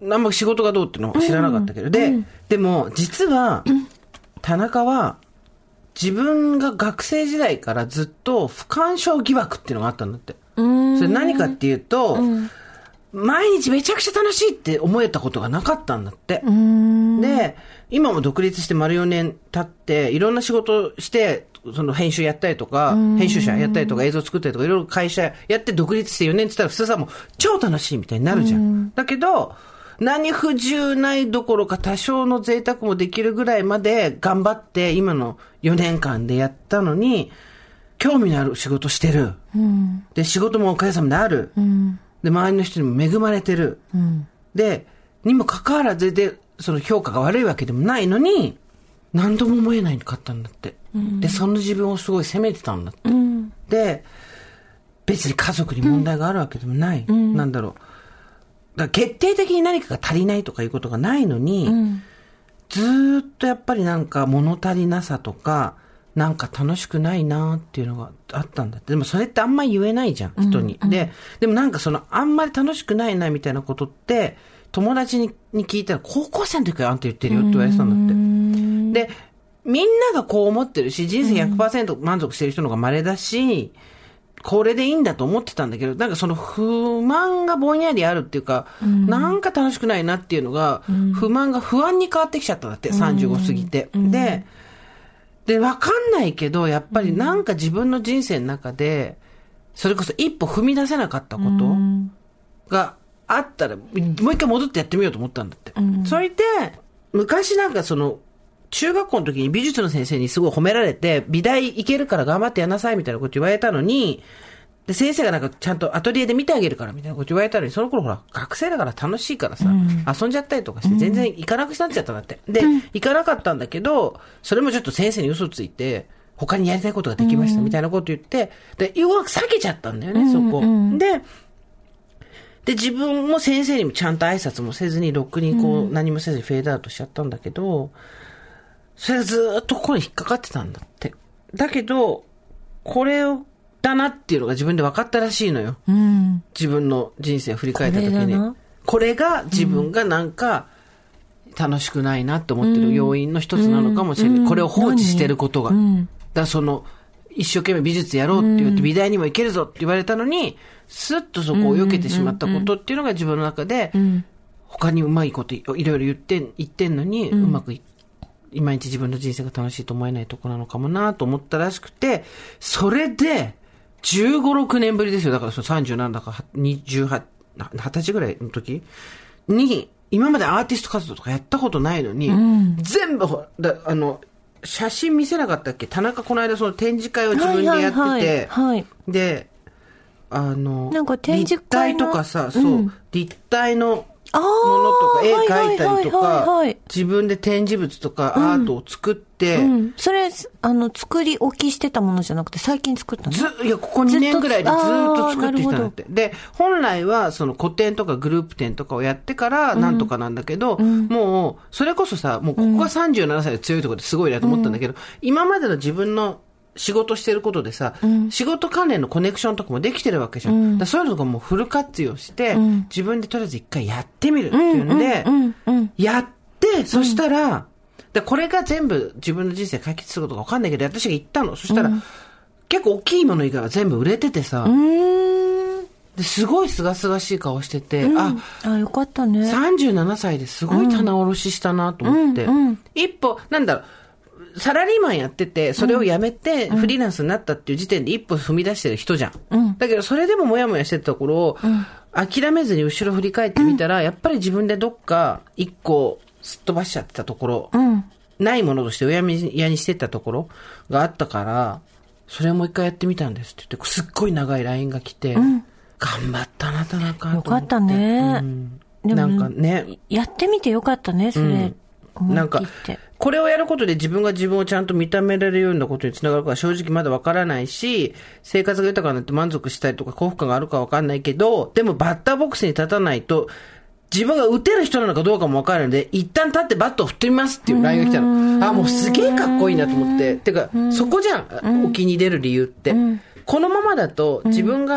あんま仕事がどうっていうのは知らなかったけど、うん、で、うん、でも実は田中は自分が学生時代からずっと不干渉疑惑っていうのがあったんだって。それ何かっていうと、うん、毎日めちゃくちゃ楽しいって思えたことがなかったんだって。で、今も独立して丸よねん経っていろんな仕事してその編集やったりとか編集者やったりとか映像作ったりとかいろいろ会社やって独立してよねんって言ったら普通さもう超楽しいみたいになるじゃん。だけど何不自由ないどころか多少の贅沢もできるぐらいまで頑張って今のよねんかんでやったのに興味のある仕事してる、うん、で仕事もおかげさまである、うん、で周りの人にも恵まれてる、うん、でにもかかわらずでその評価が悪いわけでもないのに何度も思えないかったんだって、うん、でその自分をすごい責めてたんだって、うん、で別に家族に問題があるわけでもない、うん、なんだろうだから決定的に何かが足りないとかいうことがないのに、うん、ずーっとやっぱりなんか物足りなさとかなんか楽しくないなっていうのがあったんだって。でもそれってあんまり言えないじゃん、人に。うんうん、で、でもなんかそのあんまり楽しくないなみたいなことって友達にに聞いたら高校生の時からあんた言ってるよって言われてたんだって。で、みんながこう思ってるし、人生 ひゃくパーセント 満足してる人の方が稀だし、これでいいんだと思ってたんだけど、なんかその不満がぼんやりあるっていうか、うん、なんか楽しくないなっていうのが、うん、不満が不安に変わってきちゃったんだって、うん、さんじゅうご過ぎて。うん、で、で、わかんないけど、やっぱりなんか自分の人生の中で、それこそ一歩踏み出せなかったことがあったら、もう一回戻ってやってみようと思ったんだって。うん、それで、昔なんかその、中学校の時に美術の先生にすごい褒められて、美大行けるから頑張ってやんなさいみたいなこと言われたのに、で、先生がなんかちゃんとアトリエで見てあげるからみたいなこと言われたのに、その頃ほら、学生だから楽しいからさ、うん、遊んじゃったりとかして全然行かなくなっちゃったんだって。で、うん、行かなかったんだけど、それもちょっと先生に嘘ついて、他にやりたいことができましたみたいなこと言って、で、うまく避けちゃったんだよね、うん、そこ。で、で、自分も先生にもちゃんと挨拶もせずに、ろくにこう、何もせずにフェードアウトしちゃったんだけど、それがずーっとここに引っかかってたんだって。だけど、これを、だなっていうのが自分で分かったらしいのよ。うん、自分の人生を振り返った時に。これ, これが自分がなんか楽しくないなって思ってる要因の一つなのかもしれない。うん、これを放置してることが。うん、だからその、一生懸命美術やろうって言って美大にも行けるぞって言われたのに、スッとそこを避けてしまったことっていうのが自分の中で、他にうまいこといろいろ言ってん、言ってんのに、うまくいって、いまいち自分の人生が楽しいと思えないところなのかもなと思ったらしくて、それで、じゅうご、ろくねんぶりですよ。だからそのさんじゅうなんだか、にじゅうはち、はたちぐらいの時に、今までアーティスト活動とかやったことないのに、うん、全部、だあの、写真見せなかったっけ？田中この間その展示会を自分でやってて、はいはいはい、で、あの、 なんか展示会立体とかさ、うん、そう、立体の、ものとか絵描いたりとか自分で展示物とかアートを作って、うんうん、 それあの作り置きしてたものじゃなくて最近作ったの？ ずいやここにねんぐらいでずっと作ってきたんだって。で本来はその個展とかグループ展とかをやってからなんとかなんだけど、うん、もうそれこそさもうここがさんじゅうななさいで強いところですごいなと思ったんだけど、うん、今までの自分の仕事してることでさ、うん、仕事関連のコネクションとかもできてるわけじゃん。うん、だそういうのがもうフル活用して、うん、自分でとりあえず一回やってみるっていうので、うんうんうんうん、やって、そしたら、うん、でこれが全部自分の人生解決することか分かんないけど、私が言ったの。そしたら、うん、結構大きいもの以外は全部売れててさ、うんですごいすがすがしい顔してて、うん、あ、 あ、よかったね。 さんじゅうななさいですごい棚卸ししたなと思って、うんうん、一歩、なんだろう、サラリーマンやってて、それを辞めてフリーランスになったっていう時点で一歩踏み出してる人じゃん。うん、だけどそれでもモヤモヤしてたところを、うん、諦めずに後ろ振り返ってみたら、うん、やっぱり自分でどっか一個すっ飛ばしちゃってたところ、うん、ないものとしてうやみやにしてたところがあったから、それをもう一回やってみたんですって言って、すっごい長い ライン が来て、うん、頑張ったな、田中。 よかったね。うん、でもなんかね。 やってみてよかったね、それ。うんなんか、これをやることで自分が自分をちゃんと認められるようなことにつながるか正直まだわからないし、生活が豊かになって満足したりとか幸福感があるかわかんないけど、でもバッターボックスに立たないと、自分が打てる人なのかどうかもわからないので、一旦立ってバットを振ってみますっていう ライン が来たの。あ、もうすげえかっこいいなと思って。てか、そこじゃん、沖に出る理由って。このままだと自分が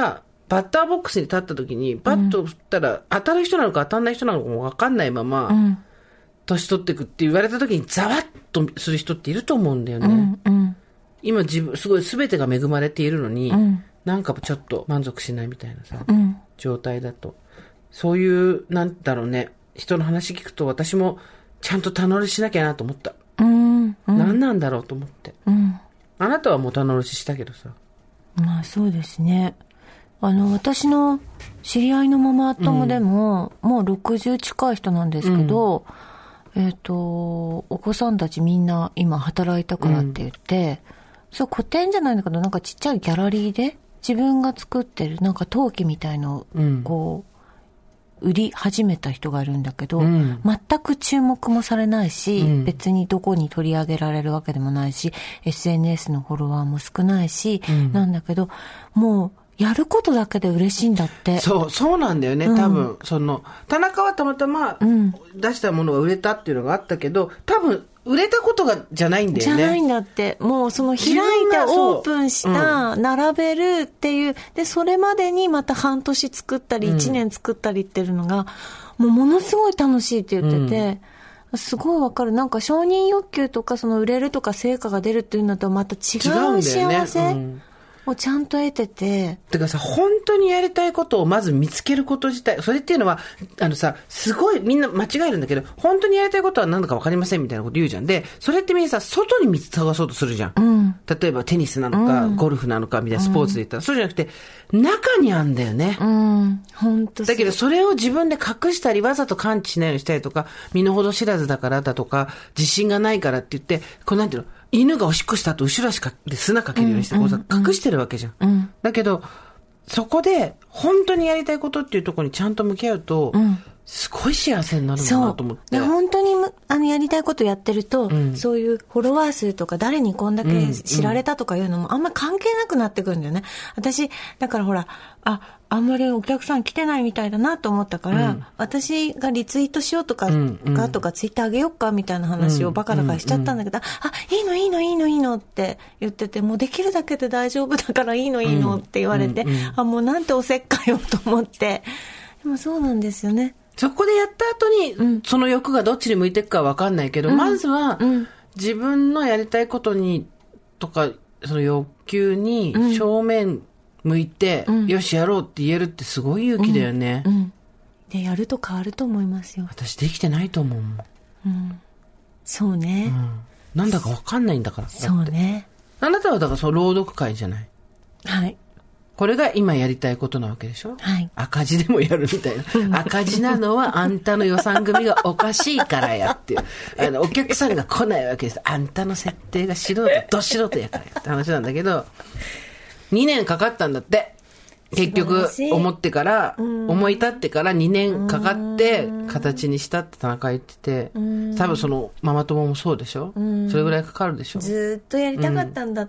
バッターボックスに立った時に、バットを振ったら、当たる人なのか当たんない人なのかも分かんないまま、うん、年取っていくって言われた時にザワッとする人っていると思うんだよね。うんうん、今自分、すごい全てが恵まれているのに、うん、なんかちょっと満足しないみたいなさ、うん、状態だと。そういう、なんだろうね、人の話聞くと私もちゃんと他乗りしなきゃなと思った。うんうん、何なんだろうと思って。うん、あなたはもう他乗りしたけどさ。 まあそうですね。あの、私の知り合いのママ友でも、うん、もうろくじゅう近い人なんですけど、うん、えっと、お子さんたちみんな今働いたからって言って、うん、そう個展じゃないんだけど、なんかちっちゃいギャラリーで自分が作ってるなんか陶器みたいのをこう、売り始めた人がいるんだけど、うん、全く注目もされないし、うん、別にどこに取り上げられるわけでもないし、エスエヌエス のフォロワーも少ないし、うん、なんだけど、もう、やることだけで嬉しいんだって。 そう、そうなんだよね。多分、うん、その、田中はたまたま出したものが売れたっていうのがあったけど、多分、売れたことが、じゃないんだよね。 じゃないんだって。もう、その開いた、オープンした、うん、並べるっていう、で、それまでにまた半年作ったり、いちねん作ったりっていうのが、もうものすごい楽しいって言ってて、うん、すごいわかる。なんか承認欲求とか、その売れるとか成果が出るっていうのとはまた違う幸せ。をちゃんと得てて。 てかさ、本当にやりたいことをまず見つけること自体、それっていうのは、あのさ、すごいみんな間違えるんだけど、本当にやりたいことは何だか分かりませんみたいなこと言うじゃん。で、それってみんなさ、外に見つ探そうとするじゃん。うん、例えばテニスなのか、うん、ゴルフなのかみたいなスポーツで言ったら、うん、そうじゃなくて、中にあんだよね。うん、本当だけど、それを自分で隠したり、わざと感知しないようにしたりとか、身の程知らずだからだとか、自信がないからって言って、こうなんていうの、犬がおしっこした後後ろ足で砂かけるようにして、こうさ、隠してるわけじゃん。うん、だけど、そこで、本当にやりたいことっていうところにちゃんと向き合うと、うん、すごい幸せになるんだなと思って。 で本当にあのやりたいことやってると、うん、そういうフォロワー数とか誰にこんだけ知られたとかいうのもあんま関係なくなってくるんだよね。私、だからほら、あ、あんまりお客さん来てないみたいだなと思ったから、うん、私がリツイートしようとか、うんうん、かとかツイッターあげようかみたいな話をバカだからしちゃったんだけど、うんうんうん、あ、いいのいいのいいのいいのって言ってて、もうできるだけで大丈夫だからいいのいいのって言われて、うんうんうん、あ、もうなんておせっかいよと思って。でもそうなんですよね。 そこでやった後に、うん、その欲がどっちに向いていくかわかんないけど、うん、まずは、うん、自分のやりたいことに、とか、その欲求に正面向いて、うん、よしやろうって言えるってすごい勇気だよね。うんうん、 で、やると変わると思いますよ。 私できてないと思うもん。 うん、そうね、うん。 なんだかわかんないんだから。 そうね。 あなたはだからその朗読会じゃない。はい。これが今やりたいことなわけでしょ、はい、赤字でもやるみたいな。赤字なのはあんたの予算組がおかしいからやっていう。あの、お客さんが来ないわけです。あんたの設定が素人、ど素人やからやって話なんだけど、にねんかかったんだって。結局、思ってから、思い立ってからにねんかかって形にしたって田中言ってて、多分そのママ友もそうでしょ、それぐらいかかるでしょ。 ずっとやりたかったんだって。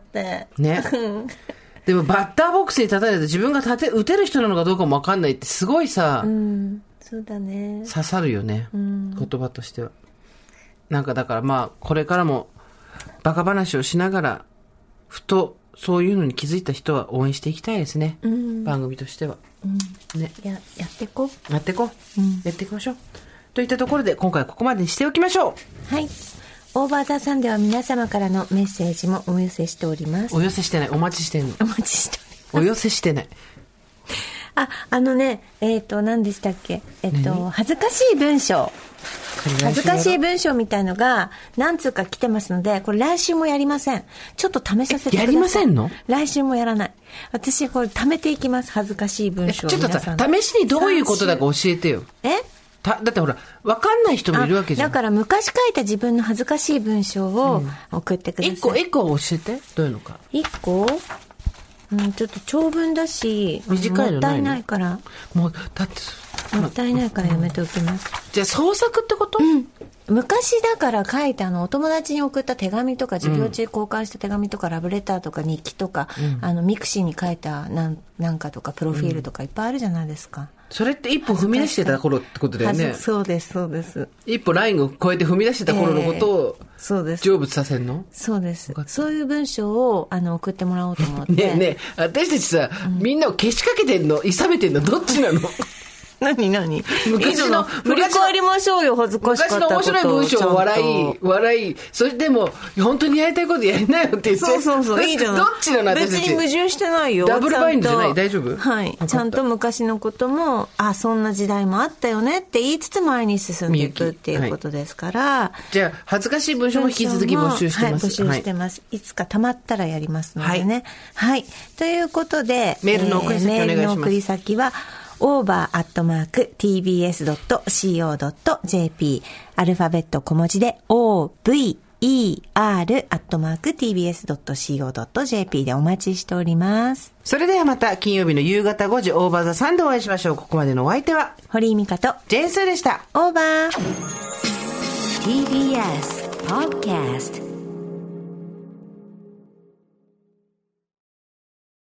うん、ね。でもバッターボックスに立たれて自分が立て打てる人なのかどうかも分かんないってすごいさ、うん、 そうだね、 刺さるよね、うん、言葉としては。なんかだからまあこれからもバカ話をしながらふとそういうのに気づいた人は応援していきたいですね、うん、番組としては、うん、ね、 や, やっていこうやっていこう、うん、やっていきましょうといったところで今回はここまでにしておきましょう。はい、オーバーザさんでは皆様からのメッセージもお寄せしております。 お寄せしてない、お待ちしてんの。 お待ちしております。お寄せしてない。 あ、あのね、えっ、ー、と、何でしたっけ、えっ、ー、と、恥ずかしい文章。恥ずかしい文章みたいのが何通か来てますので、これ来週もやりません。ちょっと試させてください。 やりませんの？ 来週もやらない。私これ貯めていきます。恥ずかしい文章を。 ちょっとさ、試しにどういうことだか教えてよ。 え？ だってほら分かんない人もいるわけじゃん。 だから昔書いた自分の恥ずかしい文章を送ってください。 一個一個教えて、どういうのか。 一個、うん、ちょっと長文だし短いのないの？ もったいないから。 もうだってもったいないからやめておきます。 じゃあ創作ってこと？うん。 昔だから書いたあのお友達に送った手紙とか、授業中交換した手紙とか、うん、ラブレターとか日記とか、うん、あのミクシーに書いたなんなんかとかプロフィールとかいっぱいあるじゃないですか、うん、 それって一歩踏み出してた頃ってことだよね。 そうですそうです。一歩ラインを越えて踏み出してた頃のことを、えー、そうです成仏させんの。 そうです。そういう文章をあの送ってもらおうと思ってねえねえ、私たちさ、うん、みんなをけしかけてんの、いさめてんの、どっちなの？ 何何昔の振り返りましょうよ。恥ずかしかったこと。 昔の面白い文章を笑い笑い、それでも本当にやりたいことやりなよって言って。 そうそうそう、いいじゃない。 どっちなの？ 別に矛盾してないよ。 ダブルバインドじゃない？大丈夫？ はい。ちゃんと昔のことも、あ、そんな時代もあったよねって言いつつ前に進んでいくっていうことですから、はい、 じゃあ恥ずかしい文章も引き続き募集してます。 はい、募集してます、はい、いつかたまったらやりますのでね、はい、はい、ということでメールの送り先お願いします。メールの送り先はオーバーアットマーク ティービーエスドットシーオードットジェーピー アルファベット小文字で オーブイイーアール アットマーク ティービーエスドットシーオードットジェーピー でお待ちしております。 それではまた金曜日の夕方ごじオーバーザさんでお会いしましょう。ここまでのお相手は堀井美香とジェーンスーでした。 オーバーティービーエス Podcast